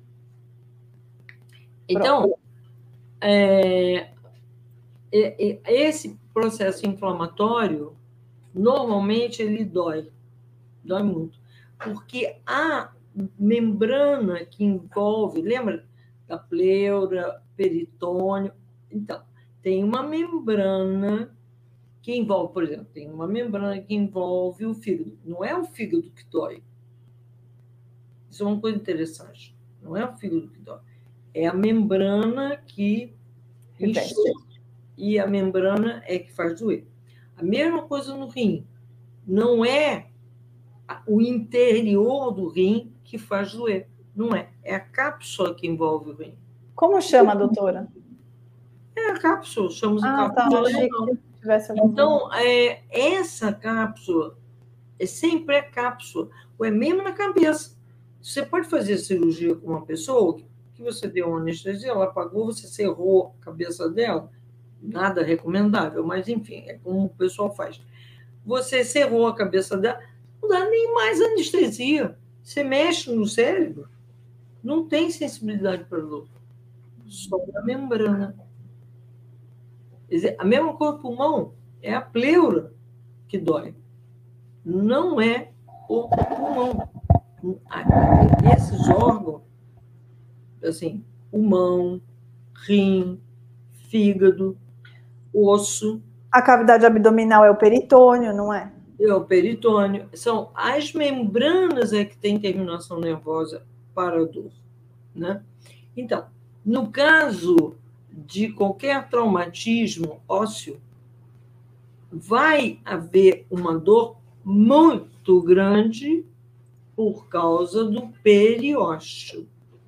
Então, esse processo inflamatório, normalmente, ele dói muito. Porque a membrana que envolve, lembra da pleura, peritônio? Então, tem uma membrana que envolve, por exemplo, tem uma membrana que envolve o fígado. Não é o fígado que dói. Isso é uma coisa interessante. Não é o fígado que dói. É a membrana que enche e a membrana é que faz doer. A mesma coisa no rim. Não é o interior do rim que faz doer. Não é. É a cápsula que envolve o rim. Como chama, doutora? É a cápsula. Chamamos de cápsula. Então, essa cápsula é sempre a cápsula. Ou é mesmo na cabeça. Você pode fazer cirurgia com uma pessoa que você deu uma anestesia, ela apagou, você cerrou a cabeça dela. Nada recomendável, mas enfim, é como o pessoal faz. Você cerrou a cabeça dela, não dá nem mais anestesia. Você mexe no cérebro, não tem sensibilidade para dor. Só a membrana. Quer dizer, a mesma coisa do pulmão, é a pleura que dói. Não é o pulmão. Esses órgãos, assim, pulmão, rim, fígado, osso. A cavidade abdominal é o peritônio, não é? É o peritônio. São as membranas que têm terminação nervosa para a dor, né? Então, no caso de qualquer traumatismo ósseo, vai haver uma dor muito grande por causa do periósteo.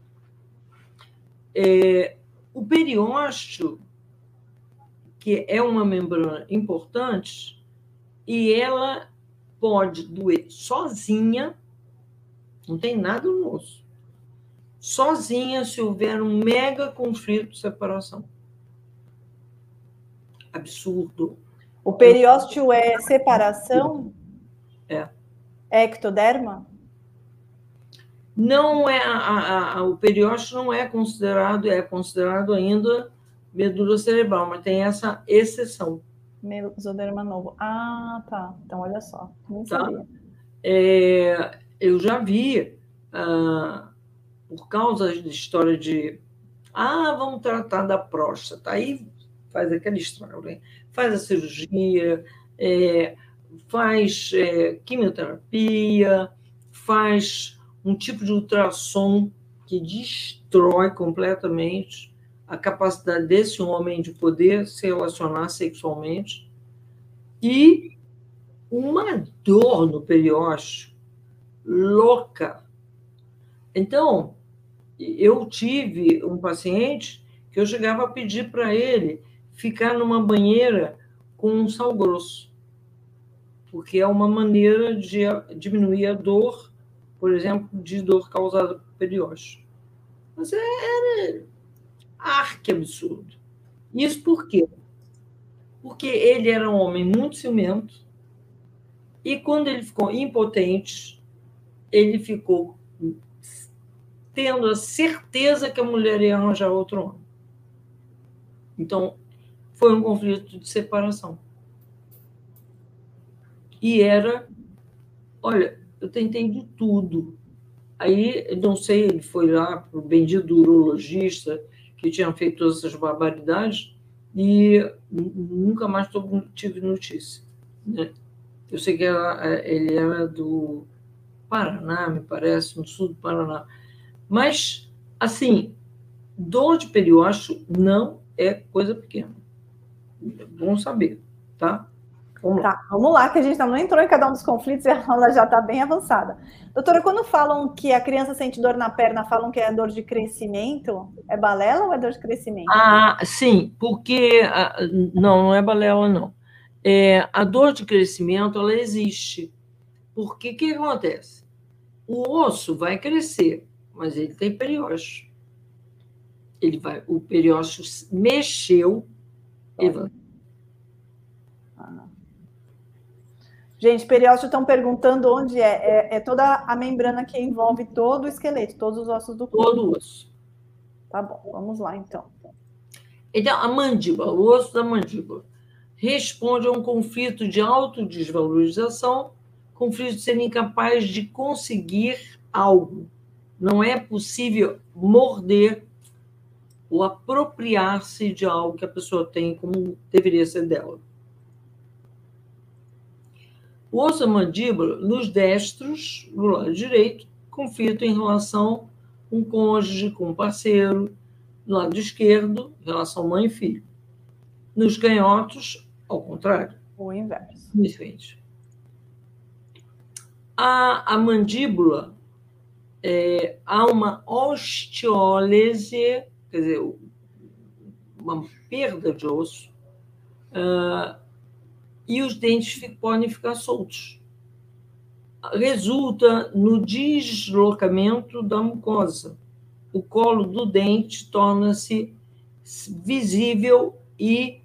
O periósteo, que é uma membrana importante, e ela pode doer sozinha, não tem nada no osso, sozinha se houver um mega conflito de separação. Absurdo. O periósteo é separação? É. É ectoderma? Não é o periósteo não é considerado ainda medula cerebral, mas tem essa exceção. Mesoderma novo. Ah, tá. Então, olha só. Não Tá? sabia. Eu já vi, por causa de história de vamos tratar da próstata. Aí faz aquela história, né? Faz a cirurgia, faz quimioterapia, faz um tipo de ultrassom que destrói completamente a capacidade desse homem de poder se relacionar sexualmente e uma dor no periósteo louca. Então, eu tive um paciente que eu chegava a pedir para ele ficar numa banheira com um sal grosso, porque é uma maneira de diminuir a dor, por exemplo, de dor causada por periósteo. Mas era arque absurdo. Isso por quê? Porque ele era um homem muito ciumento e quando ele ficou impotente, ele ficou tendo a certeza que a mulher ia arranjar outro homem. Então, foi um conflito de separação. E olha, eu tentei de tudo. Aí, não sei, ele foi lá para o bendito urologista que tinha feito todas essas barbaridades e nunca mais tive notícia, né? Eu sei que ele era do Paraná, me parece, no sul do Paraná. Mas, assim, dor de periósteo não é coisa pequena. É bom saber, tá? Vamos lá, que a gente não entrou em cada um dos conflitos e a aula já está bem avançada. Doutora, quando falam que a criança sente dor na perna, falam que é dor de crescimento, é balela ou é dor de crescimento? Sim, porque... não é balela, não. A dor de crescimento, ela existe. Porque o que acontece? O osso vai crescer, mas ele tem periósteo. O periósteo mexeu, ele vai. Gente, periósteo estão perguntando onde é. É toda a membrana que envolve todo o esqueleto, todos os ossos do corpo. Todo o osso. Tá bom, vamos lá, então. Então, a mandíbula, o osso da mandíbula, responde a um conflito de autodesvalorização, conflito de ser incapaz de conseguir algo. Não é possível morder ou apropriar-se de algo que a pessoa tem como deveria ser dela. O osso da mandíbula, nos destros, no lado direito, conflito em relação com o cônjuge, com o parceiro. No lado esquerdo, relação mãe e filho. Nos canhotos, ao contrário. O inverso. Diferente. A mandíbula, há uma osteólise, quer dizer, uma perda de osso, e os dentes podem ficar soltos. Resulta no deslocamento da mucosa. O colo do dente torna-se visível e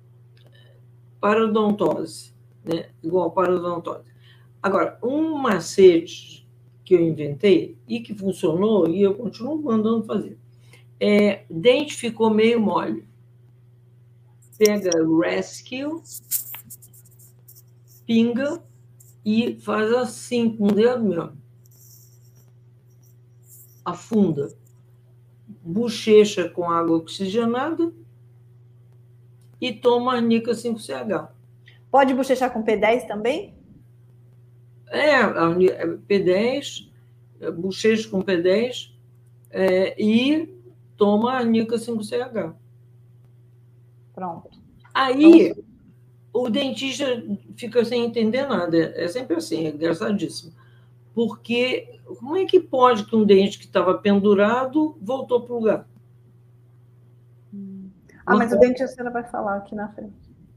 parodontose, né? Igual parodontose. Agora, um macete que eu inventei e que funcionou, e eu continuo mandando fazer, dente ficou meio mole. Pega Rescue, pinga e faz assim com o dedo mesmo. Afunda. Bochecha com água oxigenada e toma arnica 5CH. Pode bochechar com P10 também? P10, bochecha com P10 e toma arnica 5CH. Pronto. Aí o dentista fica sem entender nada. É sempre assim, é engraçadíssimo. Porque como é que pode que um dente que estava pendurado voltou para o lugar? Mas o dente a senhora vai falar aqui na frente.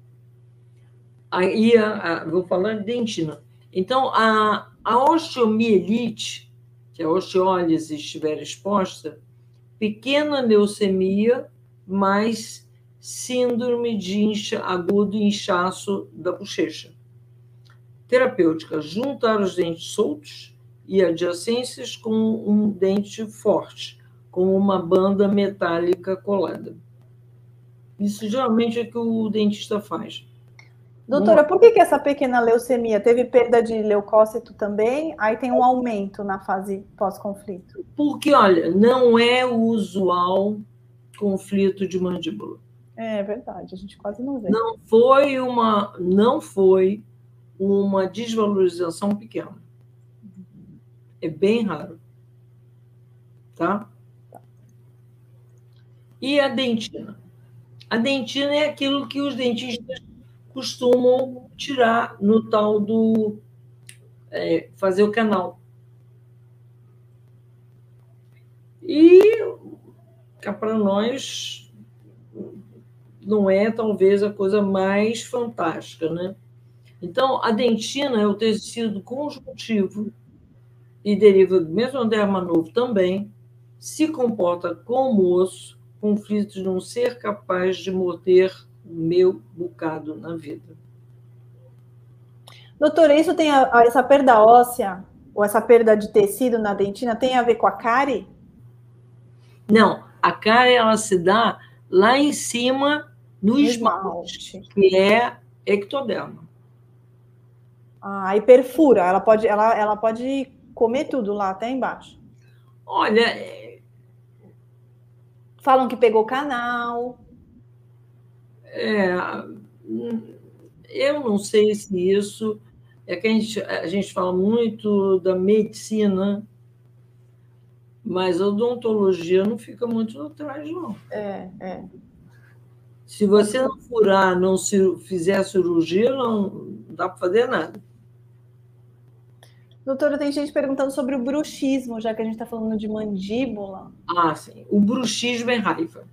Aí, vou falar de dentina. Então, a osteomielite, que a osteólise estiver exposta, pequena leucemia, mais síndrome de agudo inchaço da bochecha. Terapêutica, juntar os dentes soltos, e adjacências com um dente forte, com uma banda metálica colada. Isso geralmente é o que o dentista faz. Doutora, por que essa pequena leucemia teve perda de leucócito também? Aí tem um aumento na fase pós-conflito. Porque, olha, não é o usual conflito de mandíbula. É verdade, a gente quase não vê. Não foi uma desvalorização pequena. É bem raro. Tá? E a dentina? A dentina é aquilo que os dentistas costumam tirar no tal do fazer o canal. E cá para nós não é talvez a coisa mais fantástica, né? Então, a dentina é o tecido conjuntivo e deriva do mesoderma novo também, se comporta como osso, conflito de não ser capaz de morder o meu bocado na vida. Doutora, isso tem essa perda óssea, ou essa perda de tecido na dentina, tem a ver com a cárie? Não, a cárie ela se dá lá em cima no esmalte, que é ectoderma. Ah, e perfura, ela pode comer tudo lá até embaixo. Olha, falam que pegou canal. Eu não sei se isso é que a gente fala muito da medicina, mas a odontologia não fica muito atrás, não. Se você não furar, não fizer cirurgia, não dá para fazer nada. Doutora, tem gente perguntando sobre o bruxismo, já que a gente está falando de mandíbula. Ah, sim. O bruxismo é raiva.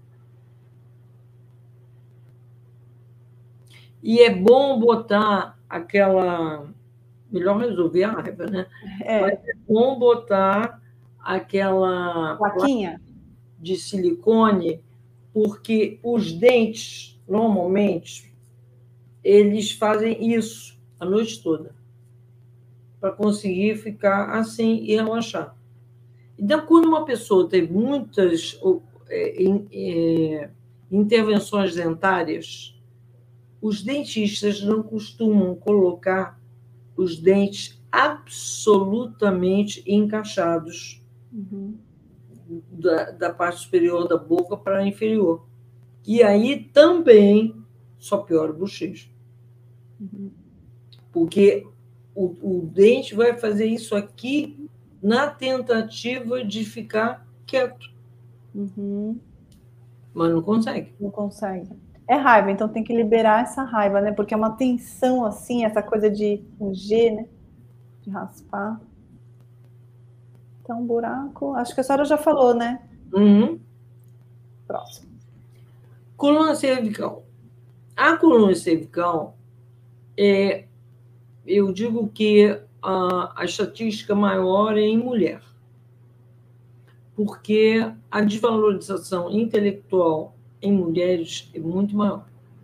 E é bom botar aquela... Melhor resolver a raiva, né? Mas é bom botar aquela plaquinha de silicone, porque os dentes, normalmente, eles fazem isso a noite toda, para conseguir ficar assim e relaxar. Então, quando uma pessoa tem muitas intervenções dentárias, os dentistas não costumam colocar os dentes absolutamente encaixados da parte superior da boca para a inferior. E aí também só piora o bochecho. Porque o dente vai fazer isso aqui na tentativa de ficar quieto. Mas não consegue. Não consegue. É raiva, então tem que liberar essa raiva, né? Porque é uma tensão assim, essa coisa de fugir, né? De raspar. Então, buraco. Acho que a senhora já falou, né? Próximo. Coluna cervical. A coluna cervical eu digo que a estatística maior é em mulher, porque a desvalorização intelectual em mulheres é muito maior.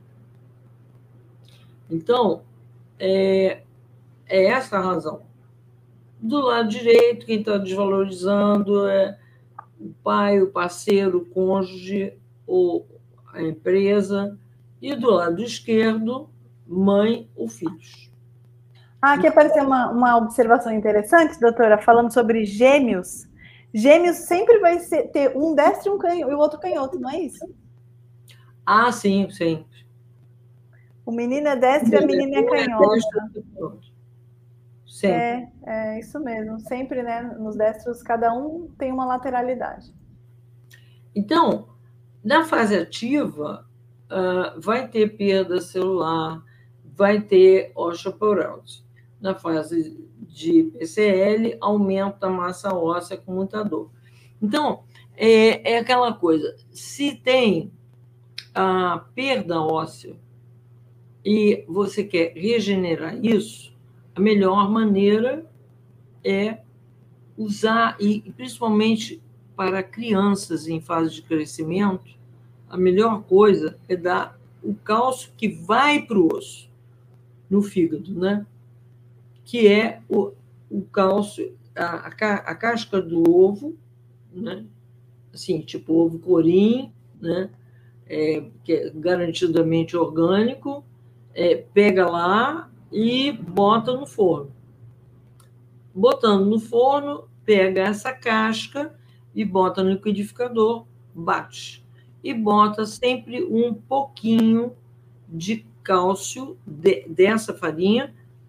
Então, é essa a razão. Do lado direito, quem está desvalorizando é o pai, o parceiro, o cônjuge ou a empresa, e do lado esquerdo, mãe ou filhos. Aqui apareceu uma observação interessante, doutora, falando sobre gêmeos. Gêmeos sempre vai ter um destro e o outro canhoto, não é isso? Ah, sim, sim. O menino é destro e a menina é canhota. Sempre. É isso mesmo. Sempre, né? Nos destros, cada um tem uma lateralidade. Então, na fase ativa, vai ter perda celular, vai ter osteoporose. Na fase de PCL, aumenta a massa óssea com muita dor. Então, é aquela coisa, se tem a perda óssea e você quer regenerar isso, a melhor maneira é usar, e principalmente para crianças em fase de crescimento, a melhor coisa é dar o cálcio que vai para o osso, no fígado, né? Que é o cálcio a casca do ovo, né? Assim, tipo ovo corim, né? Que é garantidamente orgânico, pega lá e bota no forno. Botando no forno, pega essa casca e bota no liquidificador, bate. E bota sempre um pouquinho de cálcio dessa farinha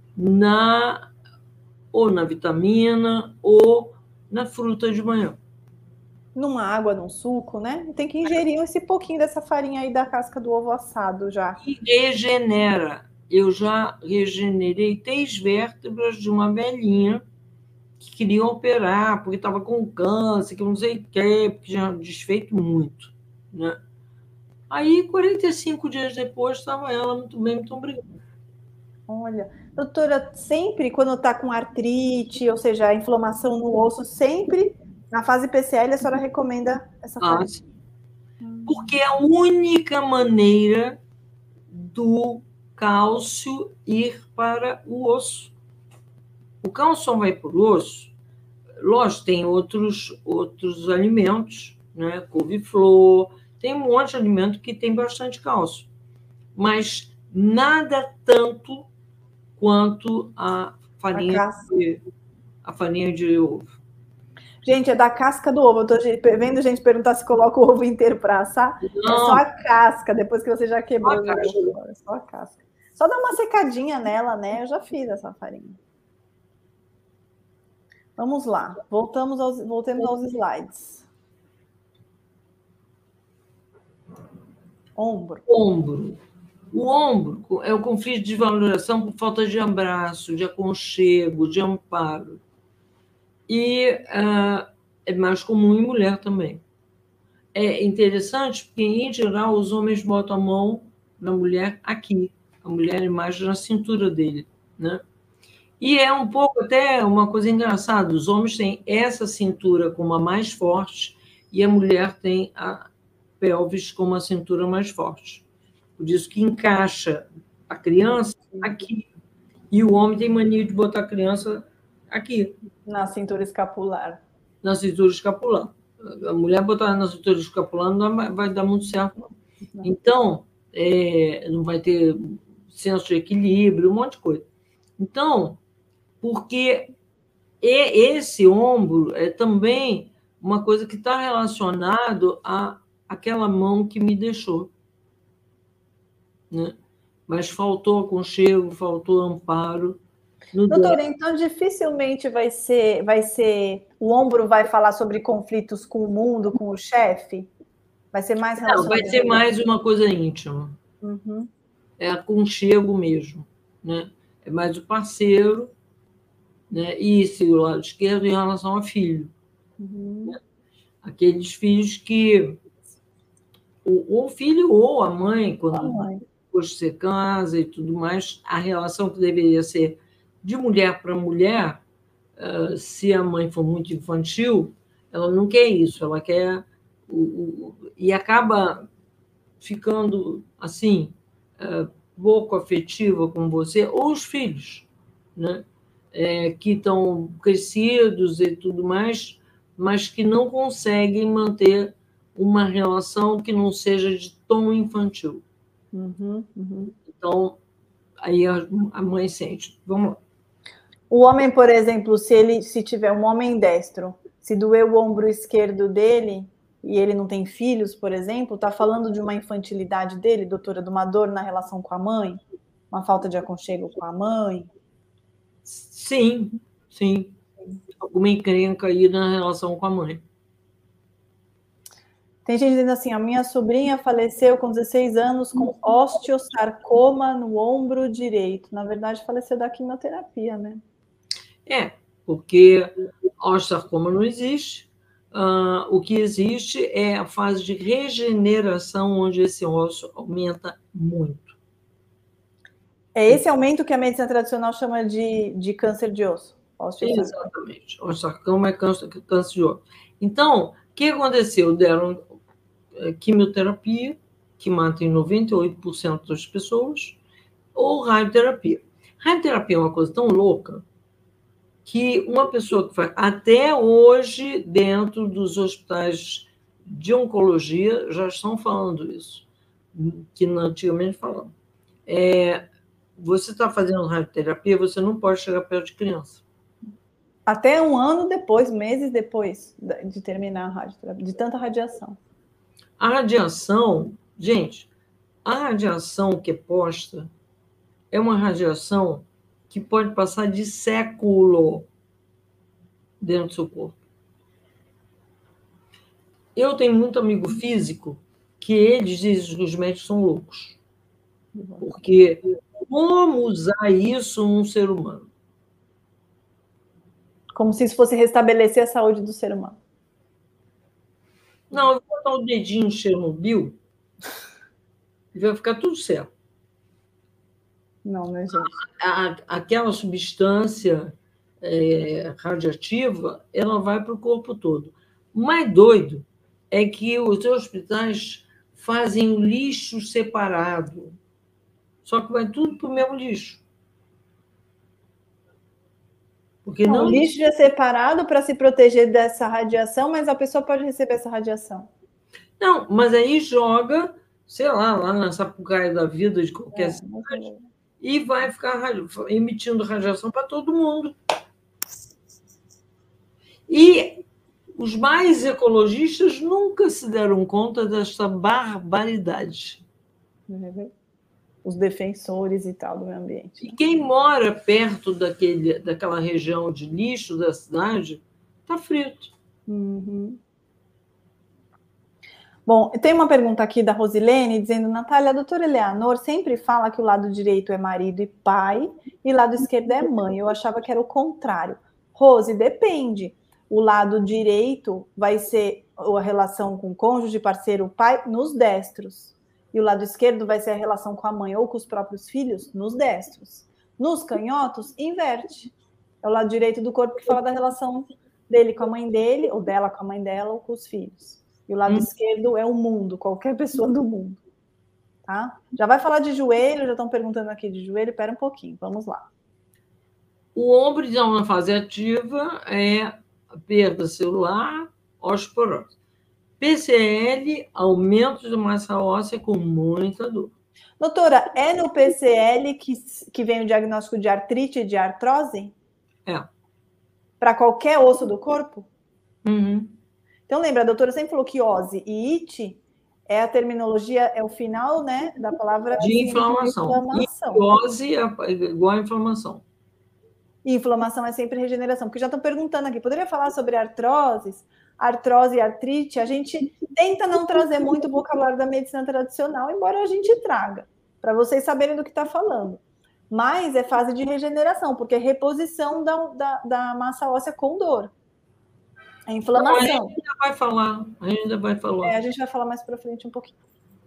ou na vitamina ou na fruta de manhã. Numa água, num suco, né? Tem que ingerir esse pouquinho dessa farinha aí da casca do ovo assado já. E regenera. Eu já regenerei 3 vértebras de uma velhinha que queria operar porque estava com câncer, que eu não sei o quê, porque já desfeito muito, né? Aí, 45 dias depois, estava ela muito bem, muito obrigada. Olha, doutora, sempre quando está com artrite, ou seja, a inflamação no osso, sempre na fase PCL a senhora recomenda essa farinha? Sim. Porque é a única maneira do cálcio ir para o osso. O cálcio só vai para o osso. Lógico, tem outros alimentos, né? Couve-flor, tem um monte de alimento que tem bastante cálcio. Mas nada tanto quanto a farinha de ovo. Gente, é da casca do ovo. Eu tô vendo gente perguntar se coloca o ovo inteiro para assar. Não. É só a casca, depois que você já quebrou o ovo. É só a casca. Só dá uma secadinha nela, né? Eu já fiz essa farinha. Vamos lá. Voltemos aos slides. Ombro. O ombro é o conflito de valoração por falta de abraço, de aconchego, de amparo. E é mais comum em mulher também. É interessante porque, em geral, os homens botam a mão na mulher aqui. A mulher é mais na cintura dele, né? E é um pouco até uma coisa engraçada. Os homens têm essa cintura como a mais forte e a mulher tem a pelvis como a cintura mais forte. Por isso que encaixa a criança aqui. E o homem tem mania de botar a criança aqui. Na cintura escapular. Na cintura escapular. A mulher botar na cintura escapular não vai dar muito certo. Não. Então, não vai ter senso de equilíbrio, um monte de coisa. Então, porque esse ombro é também uma coisa que está relacionado àquela mão que me deixou. Né? Mas faltou aconchego, faltou amparo. Doutora, então dificilmente vai ser. O ombro vai falar sobre conflitos com o mundo, com o chefe? Vai ser mais relacionado? Não, vai ser mais uma coisa íntima. Uhum. É aconchego mesmo. Né? É mais o parceiro, né? E o lado esquerdo em relação ao filho. Uhum. Né? Aqueles filhos que o filho ou a mãe, quando você casa e tudo mais, a relação que deveria ser de mulher para mulher, se a mãe for muito infantil, ela não quer isso, ela quer... e acaba ficando, assim, pouco afetiva com você, ou os filhos, né? Que estão crescidos e tudo mais, mas que não conseguem manter uma relação que não seja de tom infantil. Uhum, uhum. Então, aí a mãe sente. Vamos lá. O homem, por exemplo, se tiver um homem destro, se doer o ombro esquerdo dele e ele não tem filhos, por exemplo, está falando de uma infantilidade dele, doutora, de uma dor na relação com a mãe? Uma falta de aconchego com a mãe? Sim. Alguma encrenca aí na relação com a mãe. Tem gente dizendo assim, a minha sobrinha faleceu com 16 anos com osteosarcoma no ombro direito. Na verdade, faleceu da quimioterapia, né? Porque osteosarcoma não existe. O que existe é a fase de regeneração, onde esse osso aumenta muito. É esse aumento que a medicina tradicional chama de câncer de osso. Exatamente. Osteosarcoma é câncer de osso. Então, o que aconteceu? Deram quimioterapia, que mata em 98% das pessoas, ou radioterapia. Radioterapia é uma coisa tão louca que uma pessoa que faz... Até hoje, dentro dos hospitais de oncologia, já estão falando isso, que antigamente falavam. Você está fazendo radioterapia, você não pode chegar perto de criança. Até um ano depois, meses depois de terminar a radioterapia, de tanta radiação. A radiação, gente, a radiação que é posta é uma radiação que pode passar de século dentro do seu corpo. Eu tenho muito amigo físico que eles dizem que os médicos são loucos. Porque como usar isso num ser humano? Como se isso fosse restabelecer a saúde do ser humano. Não, eu vou botar o dedinho em Chernobyl e vai ficar tudo certo. Não, né, gente? Aquela substância radiativa, ela vai para o corpo todo. O mais doido é que os hospitais fazem o lixo separado, só que vai tudo para o mesmo lixo. Porque não, o lixo é separado para se proteger dessa radiação, mas a pessoa pode receber essa radiação. Não, mas aí joga, sei lá na Sapucaia da vida de qualquer cidade, e vai ficar emitindo radiação para todo mundo. E os mais ecologistas nunca se deram conta dessa barbaridade. Os defensores e tal do meio ambiente. E quem mora perto daquela região de lixo da cidade está frito. Uhum. Bom, tem uma pergunta aqui da Rosilene dizendo: Natália, a doutora Eleanor sempre fala que o lado direito é marido e pai e o lado esquerdo é mãe. Eu achava que era o contrário. Rose, depende. O lado direito vai ser a relação com o cônjuge, parceiro, pai, nos destros. E o lado esquerdo vai ser a relação com a mãe ou com os próprios filhos, nos destros. Nos canhotos, inverte. É o lado direito do corpo que fala da relação dele com a mãe dele, ou dela com a mãe dela, ou com os filhos. E o lado esquerdo é o mundo, qualquer pessoa do mundo. Tá? Já vai falar de joelho, já estão perguntando aqui de joelho, espera um pouquinho, vamos lá. O ombro, então, na fase ativa, é a perda celular, osteoporose. PCL, aumento de massa óssea com muita dor. Doutora, é no PCL que vem o diagnóstico de artrite e de artrose? É. Para qualquer osso do corpo? Uhum. Então, lembra, a doutora sempre falou que ose e ite é a terminologia, é o final, né, da palavra de inflamação. E ose é igual a inflamação. E inflamação é sempre regeneração. Porque já estão perguntando aqui, poderia falar sobre artrose e artrite? A gente tenta não trazer muito o vocabulário da medicina tradicional, embora a gente traga, para vocês saberem do que está falando. Mas é fase de regeneração, porque é reposição da massa óssea com dor. É inflamação. A gente ainda vai falar. A gente vai falar mais para frente um pouquinho.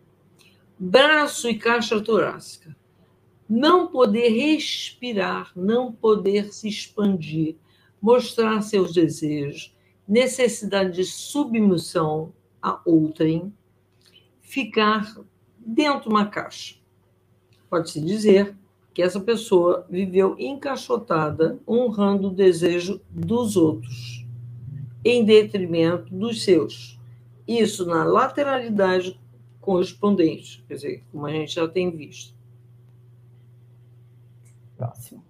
Braço e caixa torácica. Não poder respirar, não poder se expandir, mostrar seus desejos, necessidade de submissão a outrem, ficar dentro de uma caixa. Pode-se dizer que essa pessoa viveu encaixotada, honrando o desejo dos outros, em detrimento dos seus. Isso na lateralidade correspondente, quer dizer, como a gente já tem visto. Próximo.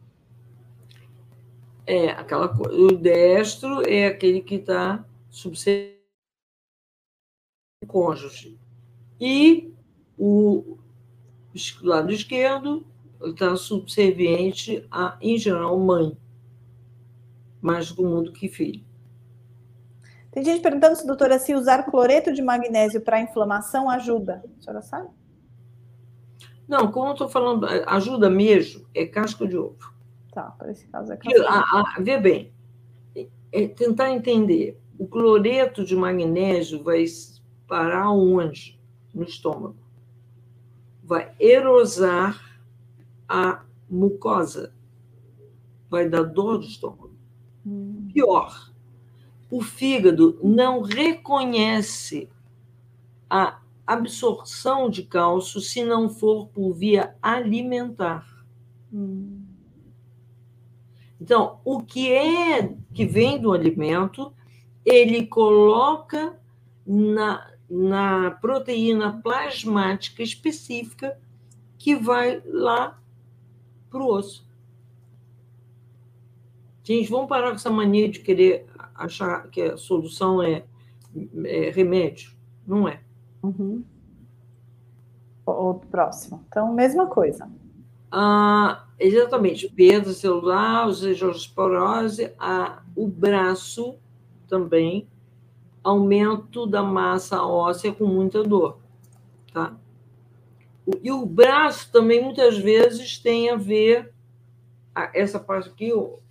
É aquela coisa. O destro é aquele que está subserviente ao cônjuge. E o lado esquerdo está subserviente a, em geral, mãe. Mais comum do que filho. Tem gente perguntando se, doutora, se usar cloreto de magnésio para inflamação ajuda. A senhora sabe? Não, como eu estou falando, ajuda mesmo, é casca de ovo. Tá, para esse caso é casca. Vê bem, é tentar entender. O cloreto de magnésio vai parar onde? No estômago. Vai erosar a mucosa. Vai dar dor no estômago. Pior, o fígado não reconhece a absorção de cálcio se não for por via alimentar. Então, o que vem do alimento, ele coloca na proteína plasmática específica que vai lá para o osso. Gente, vamos parar com essa mania de querer achar que a solução é remédio. Não é. Uhum. O próximo. Então, mesma coisa. Exatamente. Perda celular, osteoporose, o braço também, aumento da massa óssea com muita dor. Tá? E o braço também, muitas vezes, tem a ver, essa parte aqui, o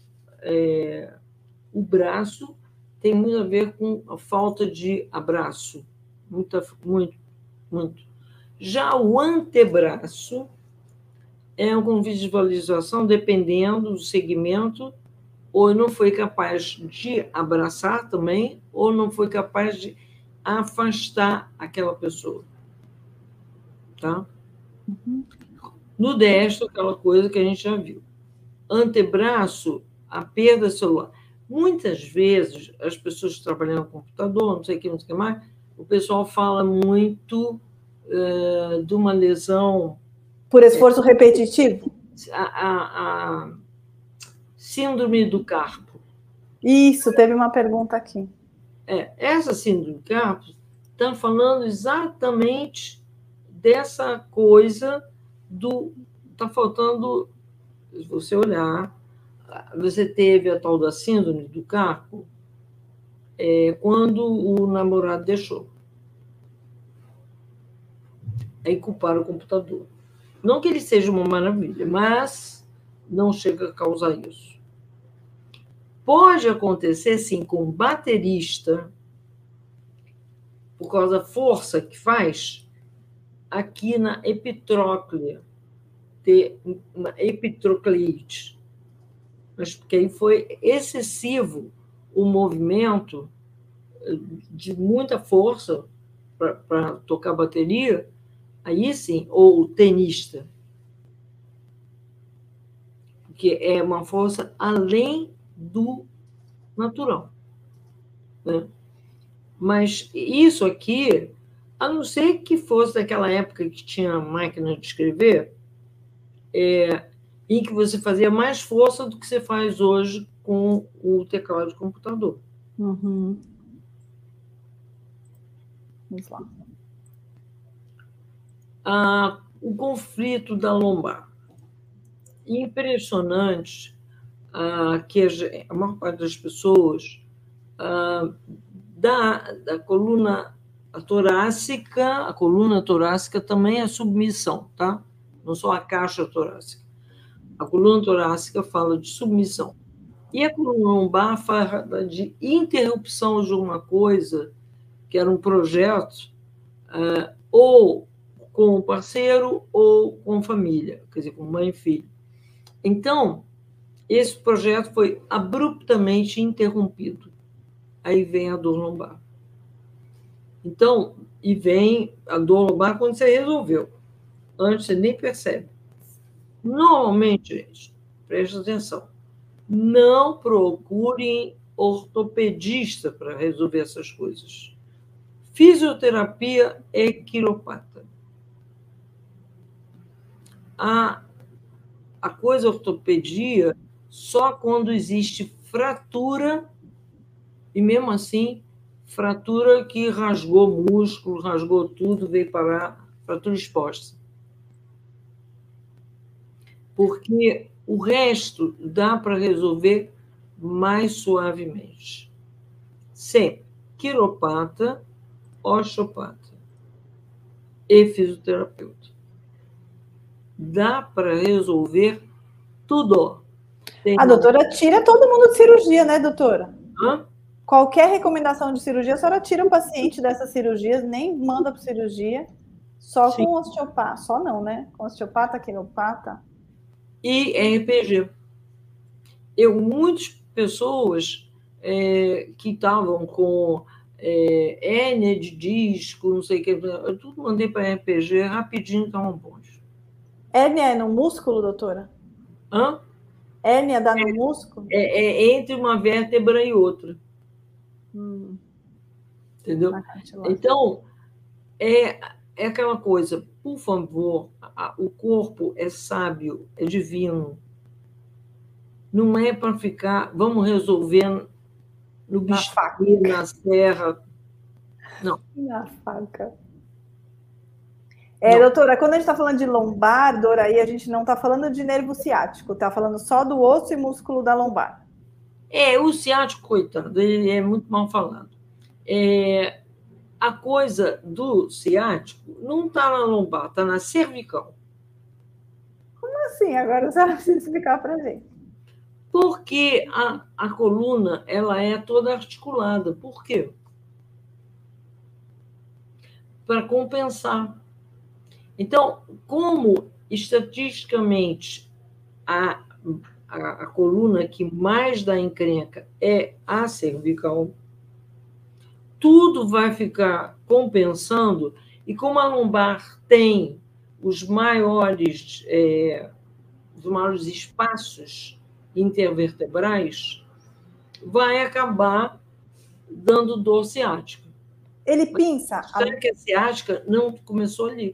braço tem muito a ver com a falta de abraço. Muito. Já o antebraço é com visualização, dependendo do segmento, ou não foi capaz de abraçar também, ou não foi capaz de afastar aquela pessoa. Tá? Uhum. No destro, aquela coisa que a gente já viu. Antebraço, a perda celular. Muitas vezes, as pessoas trabalhando no computador, não sei o que mais, o pessoal fala muito de uma lesão... Por esforço repetitivo? A síndrome do carpo. Isso, teve uma pergunta aqui. Essa síndrome do carpo está falando exatamente dessa coisa do... Está faltando... Se você olhar, você teve a tal da síndrome do carpo quando o namorado deixou. Aí culparam o computador. Não que ele seja uma maravilha, mas não chega a causar isso. Pode acontecer, sim, com o baterista, por causa da força que faz, aqui na epitróclea, ter uma epitrocleite. Mas porque aí foi excessivo o movimento de muita força para tocar bateria, aí sim, ou o tenista, porque é uma força além do natural. Né? Mas isso aqui, a não ser que fosse daquela época que tinha máquina de escrever, em que você fazia mais força do que você faz hoje com o teclado de computador. Uhum. Vamos lá. O conflito da lombar. Impressionante que a maior parte das pessoas da coluna torácica, a coluna torácica também é submissão, tá? Não só a caixa torácica. A coluna torácica fala de submissão. E a coluna lombar fala de interrupção de alguma coisa, que era um projeto, ou com o parceiro ou com família, quer dizer, com mãe e filho. Então, esse projeto foi abruptamente interrompido. Aí vem a dor lombar. Então, e vem a dor lombar quando você resolveu. Antes você nem percebe. Normalmente, gente, presta atenção, não procurem ortopedista para resolver essas coisas. Fisioterapia é quiropata. A coisa ortopedia só quando existe fratura, e mesmo assim, fratura que rasgou músculo, rasgou tudo, veio parar, fratura exposta. Porque o resto dá para resolver mais suavemente. Sempre quiropata, osteopata e fisioterapeuta. Dá para resolver tudo. A doutora tira todo mundo de cirurgia, né, doutora? Hã? Qualquer recomendação de cirurgia, a senhora tira o paciente dessas cirurgias, nem manda para cirurgia, só Sim. com osteopata. Só não, né? Com osteopata, quiropata. E RPG. Muitas pessoas que estavam com hérnia de disco, não sei o que, eu tudo mandei para RPG, rapidinho estavam bons. Hérnia é no músculo, doutora? Hã? Hérnia dá no músculo? É entre uma vértebra e outra. Entendeu? Na cartilagem. Então, é aquela coisa, por favor, o corpo é sábio, é divino. Não é para ficar, vamos resolver no bisturi, na serra. Não. Na faca. Doutora, quando a gente está falando de lombar, dor, aí a gente não está falando de nervo ciático, está falando só do osso e músculo da lombar. O ciático, coitado, ele é muito mal falado. A coisa do ciático não está na lombar, está na cervical. Como assim? Agora você precisa explicar para a gente. Porque a coluna ela é toda articulada. Por quê? Para compensar. Então, como estatisticamente a coluna que mais dá encrenca é a cervical, tudo vai ficar compensando, e como a lombar tem os maiores espaços intervertebrais, vai acabar dando dor ciática. Ele pinça. Será que a ciática não começou ali?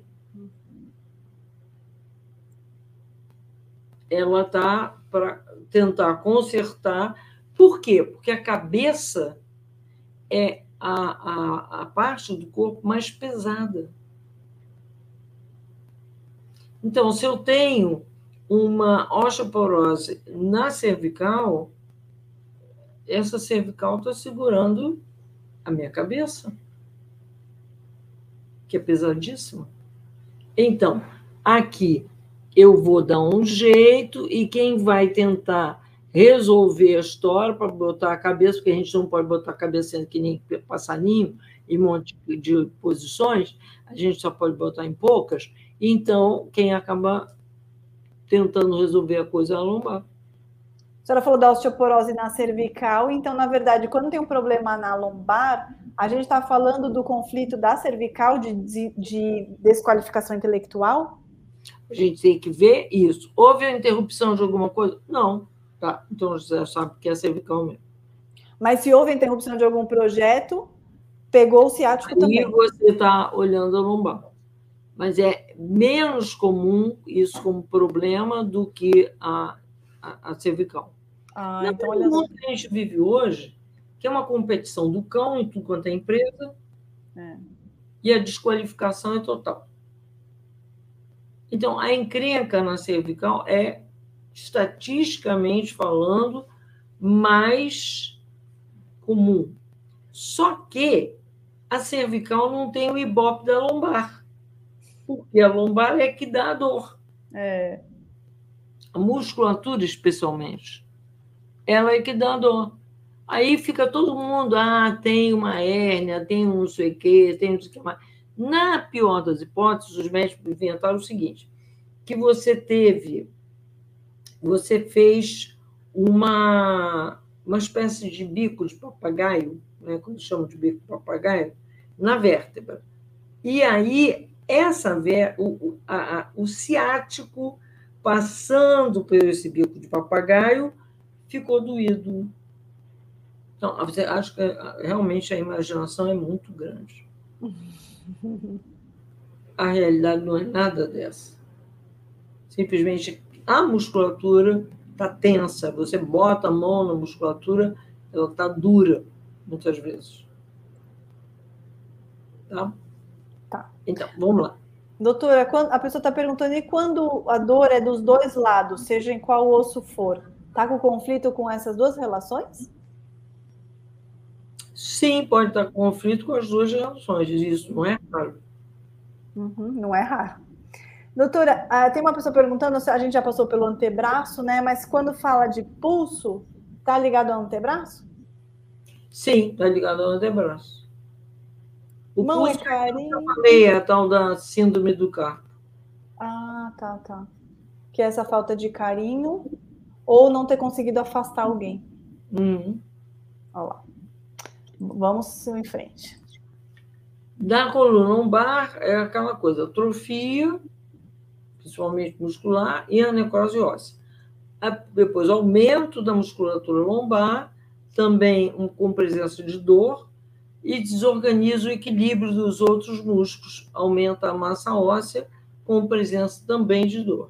Ela está para tentar consertar. Por quê? Porque a cabeça é a parte do corpo mais pesada. Então, se eu tenho uma osteoporose na cervical, essa cervical está segurando a minha cabeça, que é pesadíssima. Então, aqui eu vou dar um jeito, e quem vai tentar resolver a história para botar a cabeça, porque a gente não pode botar a cabeça que nem passarinho, em um monte de posições, a gente só pode botar em poucas, então quem acaba tentando resolver a coisa é a lombar. A senhora falou da osteoporose na cervical, então, na verdade, quando tem um problema na lombar, a gente está falando do conflito da cervical de desqualificação intelectual? A gente tem que ver isso. Houve a interrupção de alguma coisa? Não. Tá, então você já sabe que é cervical mesmo. Mas se houve a interrupção de algum projeto, pegou o ciático também. Aí você está olhando a lombar. Mas é menos comum isso como problema do que a cervical. Então, olha, o mundo que a gente vive hoje, que é uma competição do cão em tudo quanto é empresa, e a desqualificação é total. Então, a encrenca na cervical é, estatisticamente falando, mais comum. Só que a cervical não tem o ibope da lombar, porque a lombar é que dá a dor. A musculatura, especialmente, ela é que dá a dor. Aí fica todo mundo, tem uma hérnia, tem um não sei o quê, tem não sei o que mais. Na pior das hipóteses, os médicos inventaram o seguinte, que você fez uma espécie de bico de papagaio, né, quando chamam de bico de papagaio, na vértebra. E aí, o ciático, passando por esse bico de papagaio, ficou doído. Então, você acha que realmente a imaginação é muito grande. A realidade não é nada dessa. Simplesmente a musculatura está tensa. Você bota a mão na musculatura, ela está dura, muitas vezes. Tá? Então, vamos lá. Doutora, a pessoa está perguntando, e quando a dor é dos dois lados, seja em qual osso for, está com conflito com essas duas relações? Sim, pode estar com conflito com as duas relações. Isso não é raro. Não é raro. Doutora, tem uma pessoa perguntando, a gente já passou pelo antebraço, né? Mas quando fala de pulso, está ligado ao antebraço? Sim, está ligado ao antebraço. O mão pulso é carinho. Eu falei, a tal da síndrome do carpo. Tá. Que é essa falta de carinho ou não ter conseguido afastar alguém. Olha lá. Vamos em frente. Da coluna lombar é aquela coisa, atrofia, principalmente muscular, e a necrose óssea. Depois, aumento da musculatura lombar, também com presença de dor, e desorganiza o equilíbrio dos outros músculos, aumenta a massa óssea, com presença também de dor.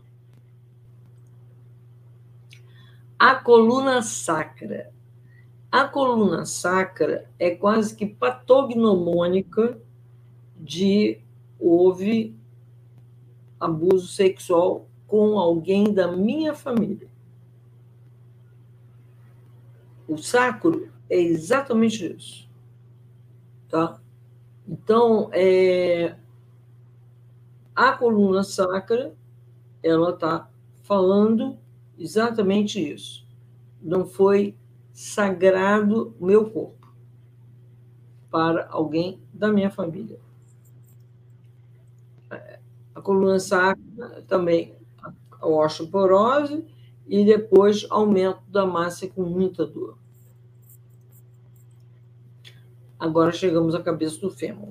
A coluna sacra. A coluna sacra é quase que patognomônica de houve abuso sexual com alguém da minha família. O sacro é exatamente isso. Tá? Então, a coluna sacra, ela está falando exatamente isso. Não foi sagrado o meu corpo para alguém da minha família. A coluna sacra também, a osteoporose e depois aumento da massa com muita dor. Agora chegamos à cabeça do fêmur.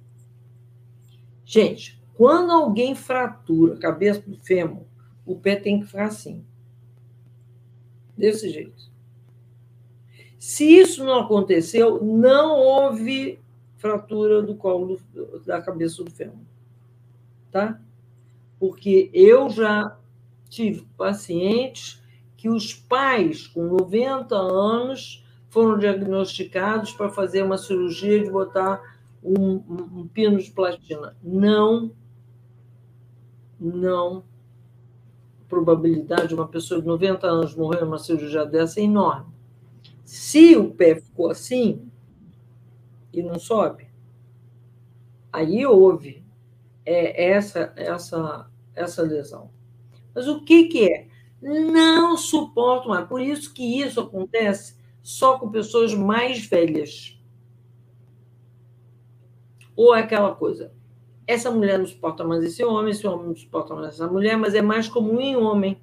Gente, quando alguém fratura a cabeça do fêmur, o pé tem que ficar assim. Desse jeito. Se isso não aconteceu, não houve fratura do colo da cabeça do fêmur. Tá? Porque eu já tive pacientes que os pais, com 90 anos, foram diagnosticados para fazer uma cirurgia de botar um pino de platina. Não. A probabilidade de uma pessoa de 90 anos morrer numa cirurgia dessa é enorme. Se o pé ficou assim e não sobe, aí houve essa lesão. Mas o que é? Não suporto mais. Por isso que isso acontece só com pessoas mais velhas. Ou é aquela coisa, essa mulher não suporta mais esse homem não suporta mais essa mulher, mas é mais comum em homem.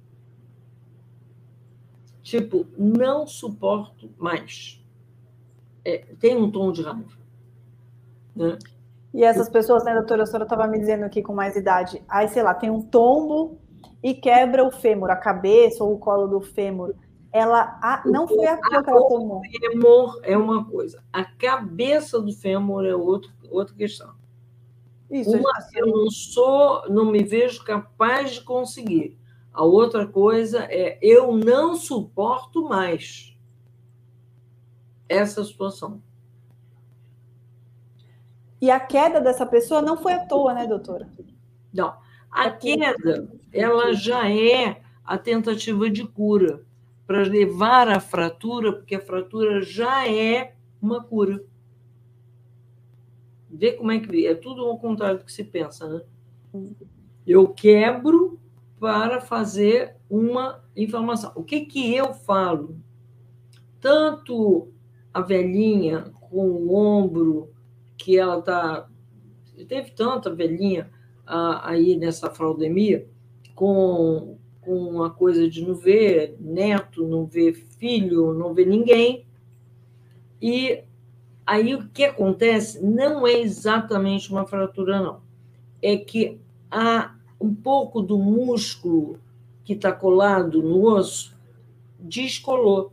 Tipo, não suporto mais. Tem um tom de raiva. Né? E essas pessoas, né, doutora, a senhora estava me dizendo aqui com mais idade, aí, sei lá, tem um tombo e quebra o fêmur, a cabeça ou o colo do fêmur. Ela não foi a cor que ela tomou. O fêmur é uma coisa, a cabeça do fêmur é outra questão. Isso, eu não me vejo capaz de conseguir. A outra coisa é eu não suporto mais essa situação. E a queda dessa pessoa não foi à toa, né, doutora? Não. A queda, ela já é a tentativa de cura para levar à fratura, porque a fratura já é uma cura. Vê como é que é tudo ao contrário do que se pensa, né? Eu quebro para fazer uma inflamação. O que eu falo? Tanto a velhinha com o ombro, que ela está... Teve tanta velhinha aí nessa fraudemia, com uma coisa de não ver neto, não ver filho, não ver ninguém. E aí o que acontece não é exatamente uma fratura, não. É que há um pouco do músculo que está colado no osso descolou.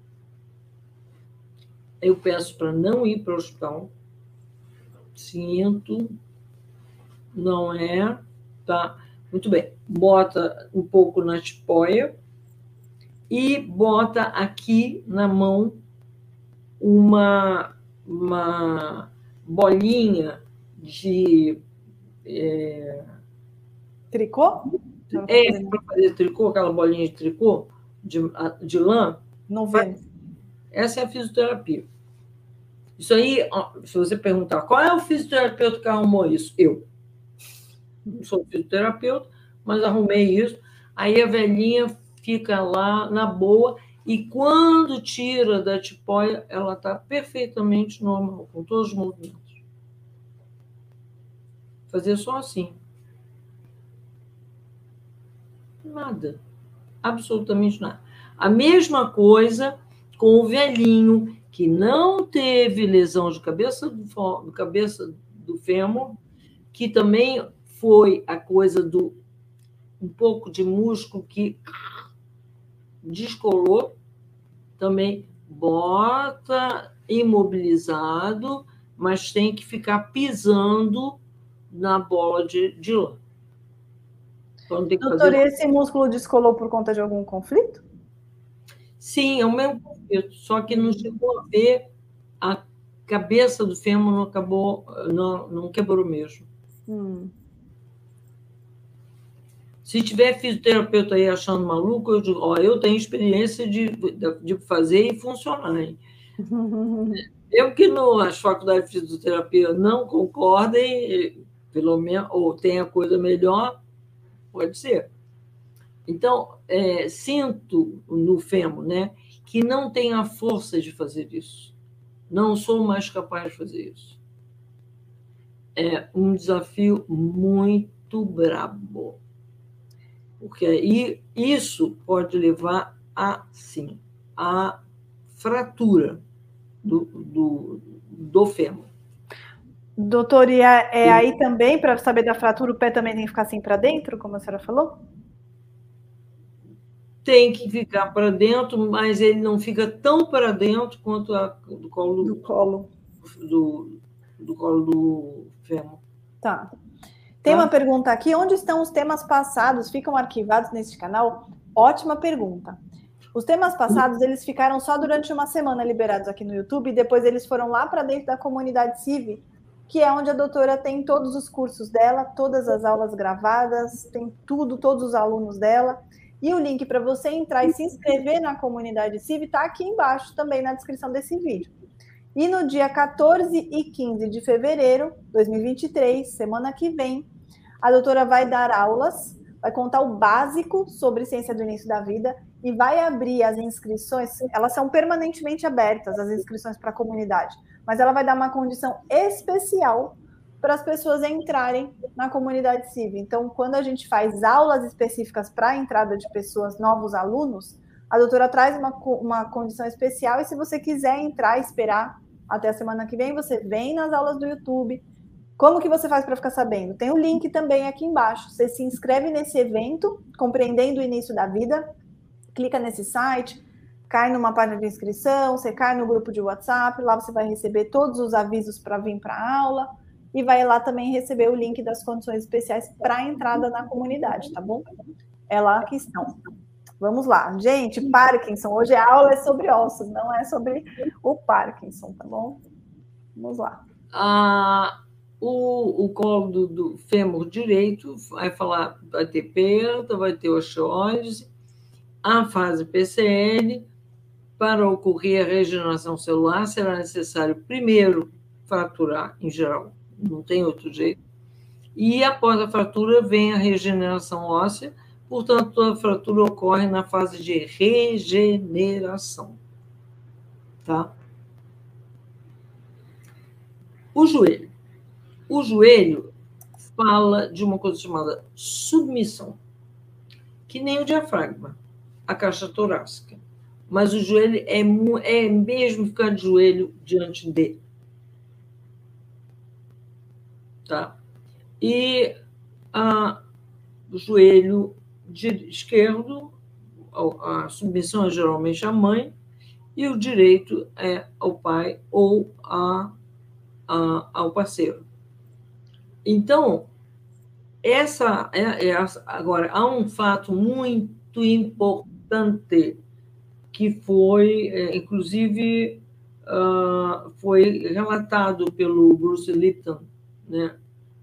Eu peço para não ir para o hospital. Sinto, não é, tá? Muito bem. Bota um pouco na tipóia e bota aqui na mão uma bolinha de... Tricô? Para fazer tricô, aquela bolinha de tricô de lã. Não vê. Essa é a fisioterapia. Isso aí, se você perguntar qual é o fisioterapeuta que arrumou isso? Eu. Não sou fisioterapeuta, mas arrumei isso. Aí a velhinha fica lá na boa e quando tira da tipóia, ela está perfeitamente normal, com todos os movimentos. Fazer só assim. Nada. Absolutamente nada. A mesma coisa com o velhinho que não teve lesão de cabeça do fêmur, que também foi a coisa do um pouco de músculo que descolou, também bota imobilizado, mas tem que ficar pisando na bola de lã. Então, tem que Doutor, e esse músculo descolou por conta de algum conflito? Sim, é o mesmo conflito, só que não chegou a ver a cabeça do fêmur, não acabou, não quebrou mesmo. Se tiver fisioterapeuta aí achando maluco, eu digo, ó, eu tenho experiência de fazer e funcionar, hein? Mesmo que as faculdades de fisioterapia não concordem, pelo menos, ou tenha coisa melhor, pode ser. Então, sinto no fêmur, né, que não tenho a força de fazer isso. Não sou mais capaz de fazer isso. É um desafio muito brabo. Porque isso pode levar sim, a fratura do fêmur. Doutor, e aí também, para saber da fratura, o pé também tem que ficar assim para dentro, como a senhora falou? Tem que ficar para dentro, mas ele não fica tão para dentro quanto do colo do fêmur. Tá. Tem uma pergunta aqui, onde estão os temas passados? Ficam arquivados neste canal? Ótima pergunta. Os temas passados, eles ficaram só durante uma semana liberados aqui no YouTube, e depois eles foram lá para dentro da comunidade CIV, que é onde a doutora tem todos os cursos dela, todas as aulas gravadas, tem tudo, todos os alunos dela. E o link para você entrar e se inscrever na comunidade CIV está aqui embaixo, também na descrição desse vídeo. E no dia 14 e 15 de fevereiro de 2023, semana que vem, a doutora vai dar aulas, vai contar o básico sobre ciência do início da vida e vai abrir as inscrições. Elas são permanentemente abertas, as inscrições para a comunidade, mas ela vai dar uma condição especial para as pessoas entrarem na comunidade CIV. Então, quando a gente faz aulas específicas para a entrada de pessoas, novos alunos, a doutora traz uma condição especial, e se você quiser entrar e esperar até a semana que vem, você vem nas aulas do YouTube. Como que você faz para ficar sabendo? Tem o link também aqui embaixo. Você se inscreve nesse evento, Compreendendo o Início da Vida, clica nesse site, cai numa página de inscrição, você cai no grupo de WhatsApp, lá você vai receber todos os avisos para vir para a aula, e vai lá também receber o link das condições especiais para a entrada na comunidade, tá bom? É lá que estão. Vamos lá. Gente, Parkinson. Hoje a aula é sobre ossos, não é sobre o Parkinson, tá bom? Vamos lá. O colo do fêmur direito vai ter perda, vai ter osteose, a fase PCL. Para ocorrer a regeneração celular, será necessário primeiro fraturar, em geral, não tem outro jeito, e após a fratura vem a regeneração óssea. Portanto, a fratura ocorre na fase de regeneração. Tá? O joelho. O joelho fala de uma coisa chamada submissão, que nem o diafragma, a caixa torácica. Mas o joelho é mesmo ficar de joelho diante dele. Tá? E o joelho esquerdo, a submissão é geralmente à mãe, e o direito é ao pai ou ao parceiro. Então, agora, há um fato muito importante que foi, inclusive, foi relatado pelo Bruce Lipton, né?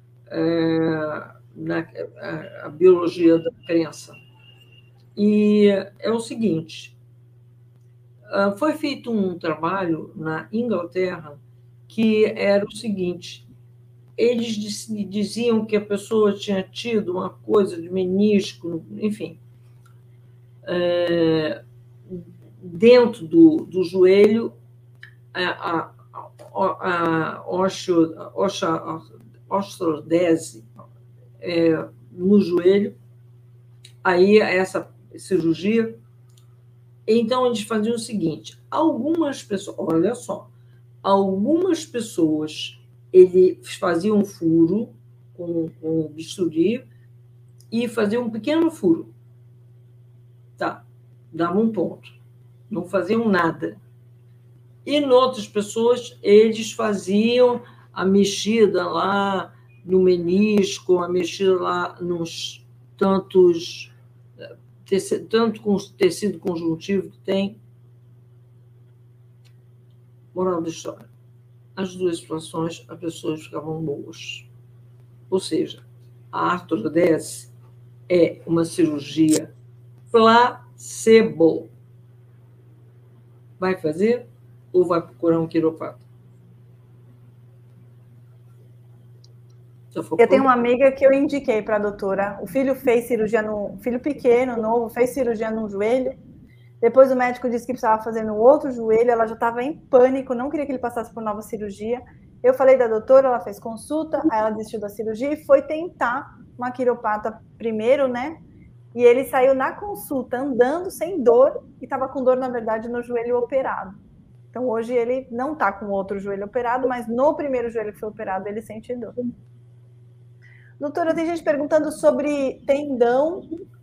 A biologia da crença. E é o seguinte, foi feito um trabalho na Inglaterra que era o seguinte: eles diziam que a pessoa tinha tido uma coisa de menisco, enfim, dentro do joelho, a osteodese no joelho, aí essa cirurgia. Então, eles faziam o seguinte: algumas pessoas, olha só, algumas pessoas, eles faziam um furo com bisturi e faziam um pequeno furo. Tá. Davam um ponto. Não faziam nada. E em outras pessoas, eles faziam a mexida lá no menisco, a mexida lá nos tantos, tanto com tecido conjuntivo que tem. Moral da história. As duas situações, as pessoas ficavam boas. Ou seja, a artrodese é uma cirurgia placebo. Vai fazer ou vai procurar um quiropata? Eu tenho uma amiga que eu indiquei para a doutora. O filho fez cirurgia filho pequeno, novo, fez cirurgia no joelho. Depois o médico disse que precisava fazer no outro joelho. Ela já estava em pânico, não queria que ele passasse por nova cirurgia. Eu falei da doutora, ela fez consulta, aí ela desistiu da cirurgia e foi tentar uma quiropata primeiro, né? E ele saiu na consulta andando sem dor e estava com dor, na verdade, no joelho operado. Então hoje ele não está com outro joelho operado, mas no primeiro joelho que foi operado ele sente dor. Doutora, tem gente perguntando sobre tendão,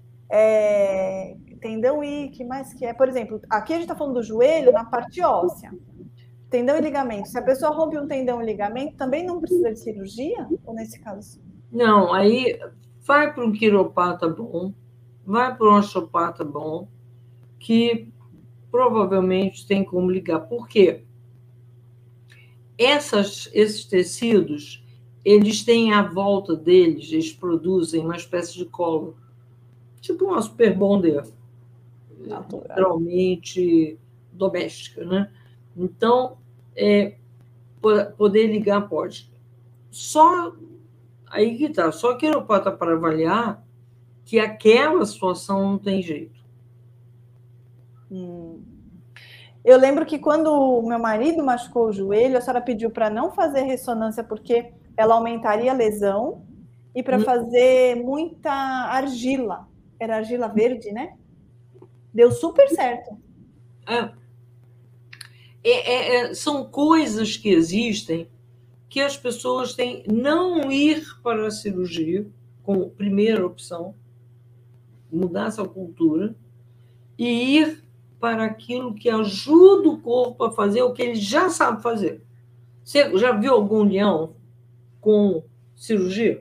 tendão e que mais que é? Por exemplo, aqui a gente está falando do joelho na parte óssea. Tendão e ligamento. Se a pessoa rompe um tendão e ligamento, também não precisa de cirurgia? Ou nesse caso? Não, aí vai para um quiropata bom, vai para um osteopata bom, que provavelmente tem como ligar. Por quê? Esses tecidos, eles têm à volta deles, eles produzem uma espécie de colo, tipo uma super bonder, naturalmente doméstica, né? Então, poder ligar pode. Só aí que tá, só quiropata para avaliar que aquela situação não tem jeito. Eu lembro que quando o meu marido machucou o joelho, a senhora pediu para não fazer ressonância porque ela aumentaria a lesão e para fazer muita argila. Era argila verde, né? Deu super certo. São coisas que existem que as pessoas têm não ir para a cirurgia como primeira opção, mudar essa cultura, e ir para aquilo que ajuda o corpo a fazer o que ele já sabe fazer. Você já viu algum leão com cirurgia?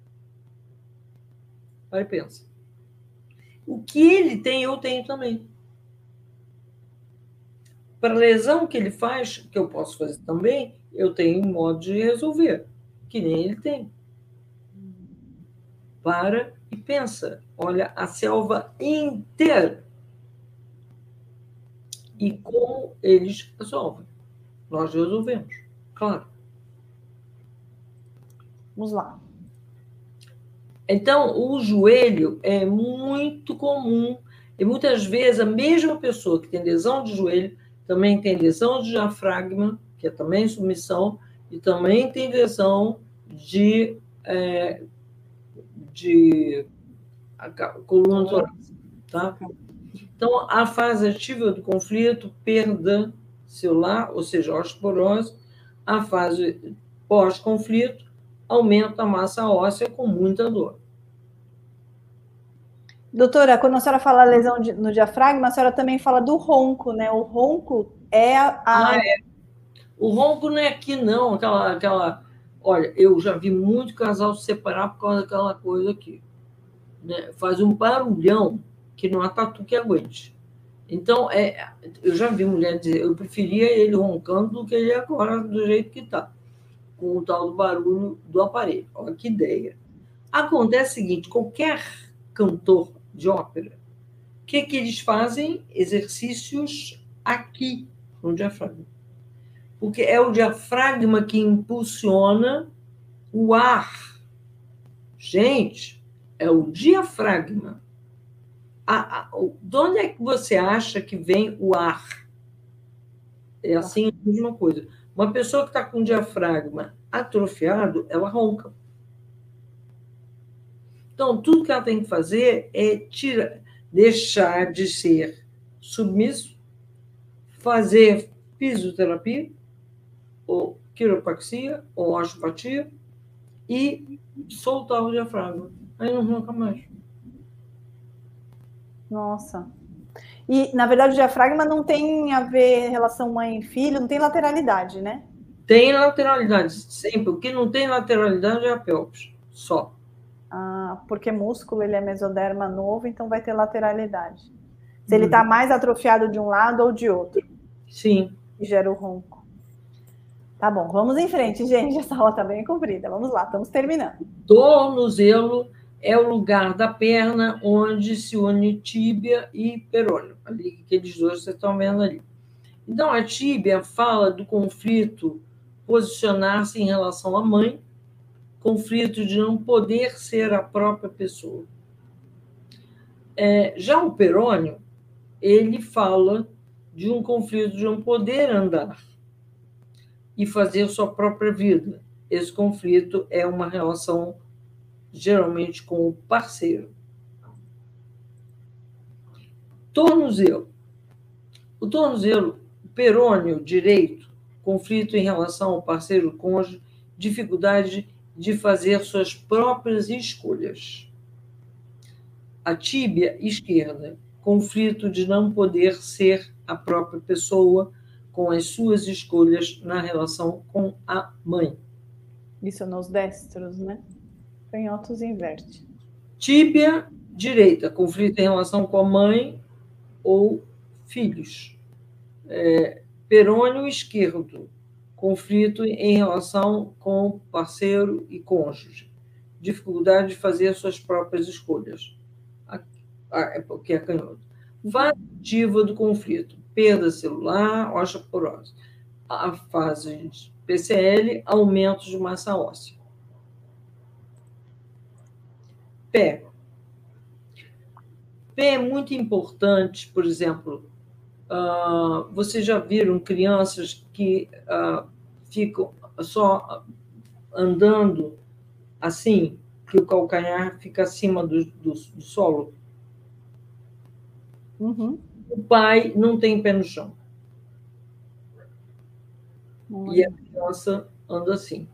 Aí pensa. O que ele tem, eu tenho também. Para a lesão que ele faz, que eu posso fazer também, eu tenho um modo de resolver, que nem ele tem. Para e pensa. Olha a selva inteira. E como eles resolvem. Nós resolvemos, claro. Vamos lá. Então, o joelho é muito comum. E muitas vezes a mesma pessoa que tem lesão de joelho também tem lesão de diafragma, que é também submissão, e também tem lesão de coluna torácica, tá? Então, a fase ativa do conflito, perda celular, ou seja, osteoporose, a fase pós-conflito, aumenta a massa óssea com muita dor. Doutora, quando a senhora fala lesão no diafragma, a senhora também fala do ronco, né? O ronco é O ronco não é aqui, não. Olha, eu já vi muito casal se separar por causa daquela coisa aqui. Né? Faz um barulhão que não há tatu que aguente. Então, eu já vi mulher dizer, eu preferia ele roncando do que ele agora, do jeito que está, com o tal do barulho do aparelho. Olha que ideia. Acontece o seguinte, qualquer cantor de ópera, o que eles fazem? Exercícios aqui, no diafragma. Porque é o diafragma que impulsiona o ar. Gente, é o diafragma. De onde é que você acha que vem o ar? É assim a mesma coisa. Uma pessoa que está com o diafragma atrofiado, ela ronca. Então, tudo que ela tem que fazer é deixar de ser submisso, fazer fisioterapia, ou quiropraxia, ou osteopatia, e soltar o diafragma. Aí não ronca mais. Nossa. E, na verdade, o diafragma não tem a ver relação mãe e filho, não tem lateralidade, né? Tem lateralidade, sempre. O que não tem lateralidade é a pelvis, só. Ah, porque músculo, ele é mesoderma novo, então vai ter lateralidade. Se ele está mais atrofiado de um lado ou de outro. Sim. E gera o ronco. Tá bom, vamos em frente, gente. Essa aula tá bem comprida. Vamos lá, estamos terminando. Tornozelo é o lugar da perna onde se une tíbia e perônio. Ali, aqueles dois vocês estão vendo ali. Então, a tíbia fala do conflito posicionar-se em relação à mãe, conflito de não poder ser a própria pessoa. Já o perônio, ele fala de um conflito de não poder andar e fazer sua própria vida. Esse conflito é uma relação, geralmente, com o parceiro. Tornozelo. O tornozelo, perônio direito, conflito em relação ao parceiro cônjuge, dificuldade de fazer suas próprias escolhas. A tíbia esquerda, conflito de não poder ser a própria pessoa com as suas escolhas na relação com a mãe. Isso nos destros, né? Canhotos inverte. Tíbia direita, conflito em relação com a mãe ou filhos. Perônio esquerdo, conflito em relação com parceiro e cônjuge. Dificuldade de fazer suas próprias escolhas. Porque é canhoto. Fase ativa do conflito. Perda celular, osteoporose. A fase de PCL, aumento de massa óssea. Pé. Pé é muito importante, por exemplo, vocês já viram crianças que ficam só andando assim, que o calcanhar fica acima do solo? Uhum. O pai não tem pé no chão. E a criança anda assim.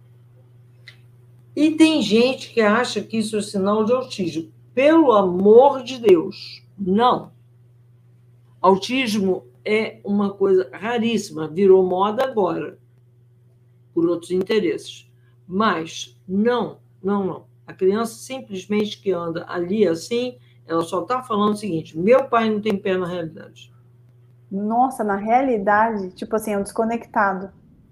E tem gente que acha que isso é sinal de autismo. Pelo amor de Deus, não. Autismo é uma coisa raríssima, virou moda agora, por outros interesses. Mas não. A criança simplesmente que anda ali assim, ela só está falando o seguinte: meu pai não tem pé na realidade. Nossa, na realidade, tipo assim, é um desconectado.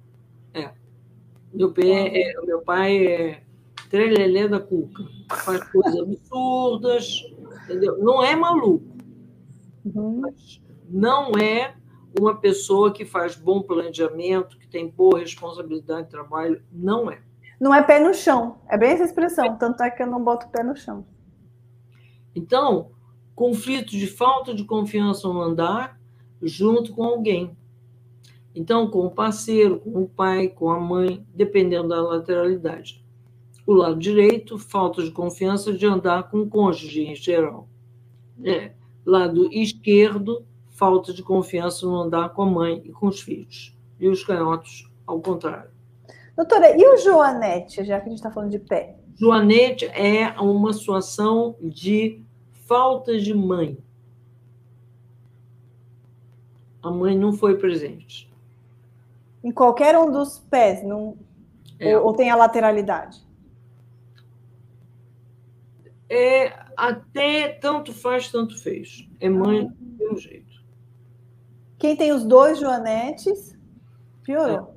Meu pai é trelelê da cuca, faz coisas absurdas, entendeu? Não é maluco, mas não é uma pessoa que faz bom planejamento, que tem boa responsabilidade de trabalho, não é. Não é pé no chão, é bem essa expressão, tanto é que eu não boto pé no chão. Então, conflito de falta de confiança no andar junto com alguém. Então, com o parceiro, com o pai, com a mãe, dependendo da lateralidade. O lado direito, falta de confiança de andar com o cônjuge, em geral. Lado esquerdo, falta de confiança no andar com a mãe e com os filhos. E os canhotos, ao contrário. Doutora, e o joanete, já que a gente está falando de pé? Joanete é uma situação de falta de mãe. A mãe não foi presente. Em qualquer um dos pés, não... ou tem a lateralidade? Até tanto faz, tanto fez. É mãe do meu jeito. Quem tem os dois joanetes, piorou.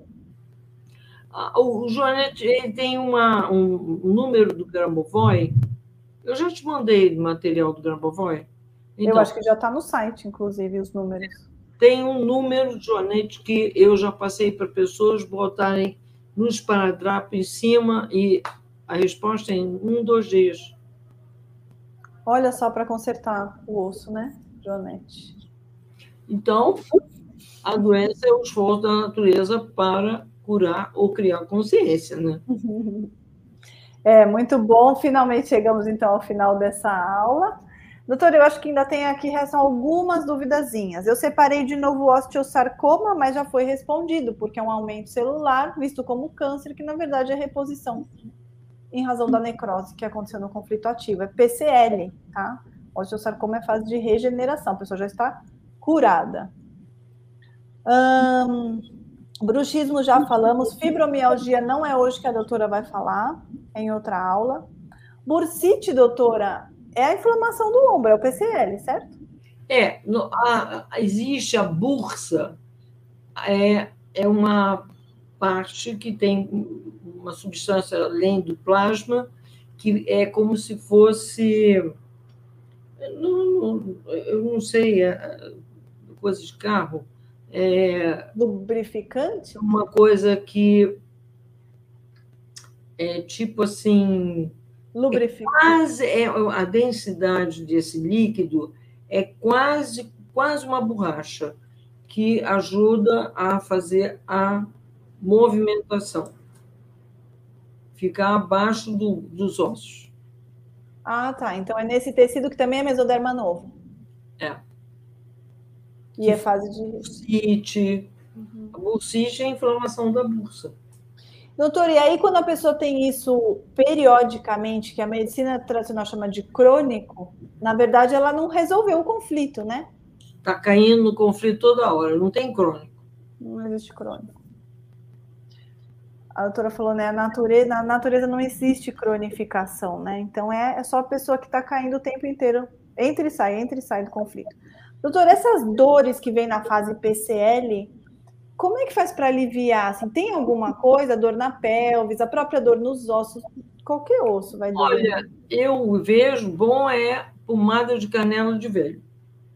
O joanete ele tem um número do Grabovoi. Eu já te mandei o material do Grabovoi. Então, eu acho que já está no site, inclusive, os números. Tem um número de joanete que eu já passei para pessoas botarem no esparadrapo em cima e a resposta é em 1-2 dias. Olha só, para consertar o osso, né, joanete? Então, a doença é o esforço da natureza para curar ou criar consciência, né? Muito bom. Finalmente chegamos, então, ao final dessa aula. Doutora, eu acho que ainda tem aqui, restam algumas duvidazinhas. Eu separei de novo o osteosarcoma, mas já foi respondido, porque é um aumento celular, visto como câncer, que na verdade é reposição, em razão da necrose que aconteceu no conflito ativo. É PCL, tá? Osteosarcoma é fase de regeneração, a pessoa já está curada. Bruxismo já falamos, fibromialgia não é hoje que a doutora vai falar, é em outra aula. Bursite, doutora, é a inflamação do ombro, é o PCL, certo? Existe a bursa, é uma parte que tem uma substância além do plasma, que é como se fosse, eu não sei, coisa de carro, lubrificante? Uma coisa que é tipo assim, lubrificante. A densidade desse líquido é quase uma borracha, que ajuda a fazer a movimentação, ficar abaixo dos ossos. Ah, tá. Então é nesse tecido que também é mesoderma novo. E é fase de bursite. A bursite é a inflamação da bursa. Doutor, e aí quando a pessoa tem isso periodicamente, que a medicina tradicional chama de crônico, na verdade ela não resolveu o conflito, né? Está caindo no conflito toda hora, não tem crônico. Não existe crônico. A doutora falou, né? Na natureza não existe cronificação, né? Então é só a pessoa que está caindo o tempo inteiro, entra e sai do conflito. Doutora, essas dores que vem na fase PCL, como é que faz para aliviar? Assim, tem alguma coisa? Dor na pelvis, a própria dor nos ossos, qualquer osso vai doer. Olha, eu vejo, bom é pomada de canela de velho.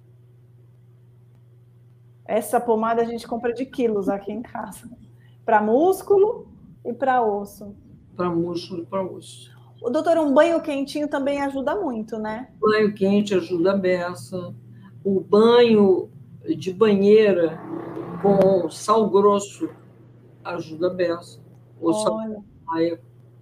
Essa pomada a gente compra de quilos aqui em casa. Para músculo e para osso. Para músculo e para osso. O doutor, um banho quentinho também ajuda muito, né? Banho quente ajuda a beça. O banho de banheira com sal grosso ajuda a beça. Ou sal praia.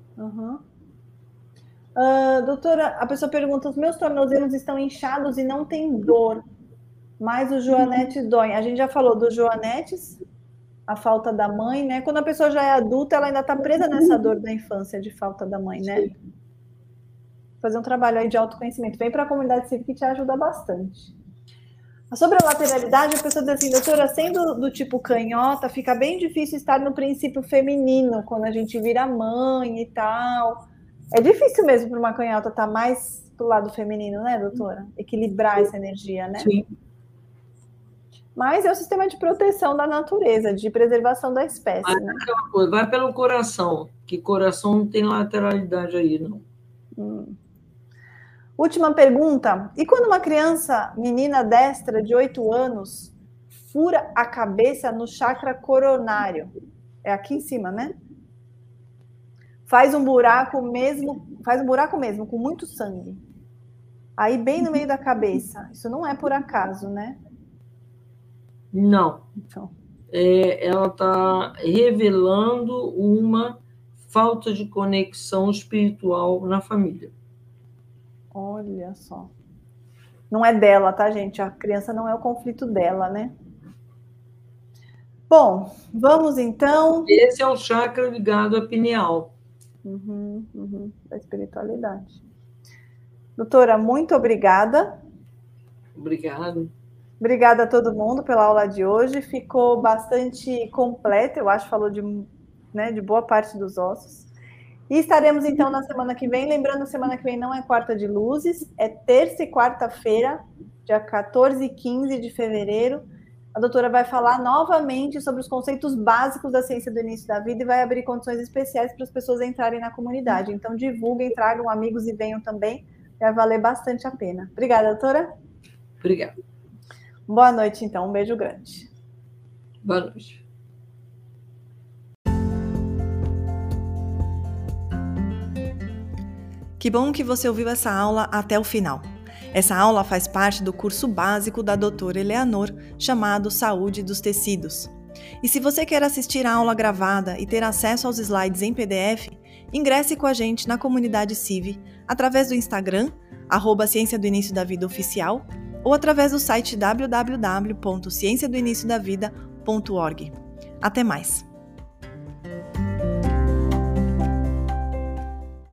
Doutora, a pessoa pergunta, os meus tornozelos estão inchados e não tem dor, mas o joanete dói. A gente já falou dos joanetes, a falta da mãe, né? Quando a pessoa já é adulta, ela ainda está presa nessa dor da infância de falta da mãe, né? Sim. Fazer um trabalho aí de autoconhecimento. Vem para a comunidade civil que te ajuda bastante. Sobre a lateralidade, a pessoa diz assim, doutora, sendo do tipo canhota, fica bem difícil estar no princípio feminino, quando a gente vira mãe e tal. É difícil mesmo para uma canhota estar mais pro lado feminino, né, doutora? Equilibrar essa energia, né? Sim. Mas é o sistema de proteção da natureza, de preservação da espécie, né? Aquela coisa, vai pelo coração, que coração não tem lateralidade aí, não. Última pergunta. E quando uma criança, menina destra de 8 anos, fura a cabeça no chakra coronário? É aqui em cima, né? Faz um buraco mesmo, com muito sangue. Aí bem no meio da cabeça. Isso não é por acaso, né? Não. Então. Ela está revelando uma falta de conexão espiritual na família. Olha só. Não é dela, tá, gente? A criança não é o conflito dela, né? Bom, vamos então... Esse é o chakra ligado à pineal. Da espiritualidade. Doutora, muito obrigada. Obrigado. Obrigada a todo mundo pela aula de hoje. Ficou bastante completa, eu acho, falou de boa parte dos ossos. E estaremos, então, na semana que vem. Lembrando, semana que vem não é quarta de luzes, é terça e quarta-feira, dia 14 e 15 de fevereiro. A doutora vai falar novamente sobre os conceitos básicos da ciência do início da vida e vai abrir condições especiais para as pessoas entrarem na comunidade. Então, divulguem, tragam amigos e venham também. Vai valer bastante a pena. Obrigada, doutora. Obrigada. Boa noite, então. Um beijo grande. Boa noite. Que bom que você ouviu essa aula até o final. Essa aula faz parte do curso básico da doutora Eleanor, chamado Saúde dos Tecidos. E se você quer assistir a aula gravada e ter acesso aos slides em PDF, ingresse com a gente na comunidade CIV através do Instagram, @Ciência do Início da Vida Oficial, ou através do site www.cienciadoiniciodavida.org. Até mais!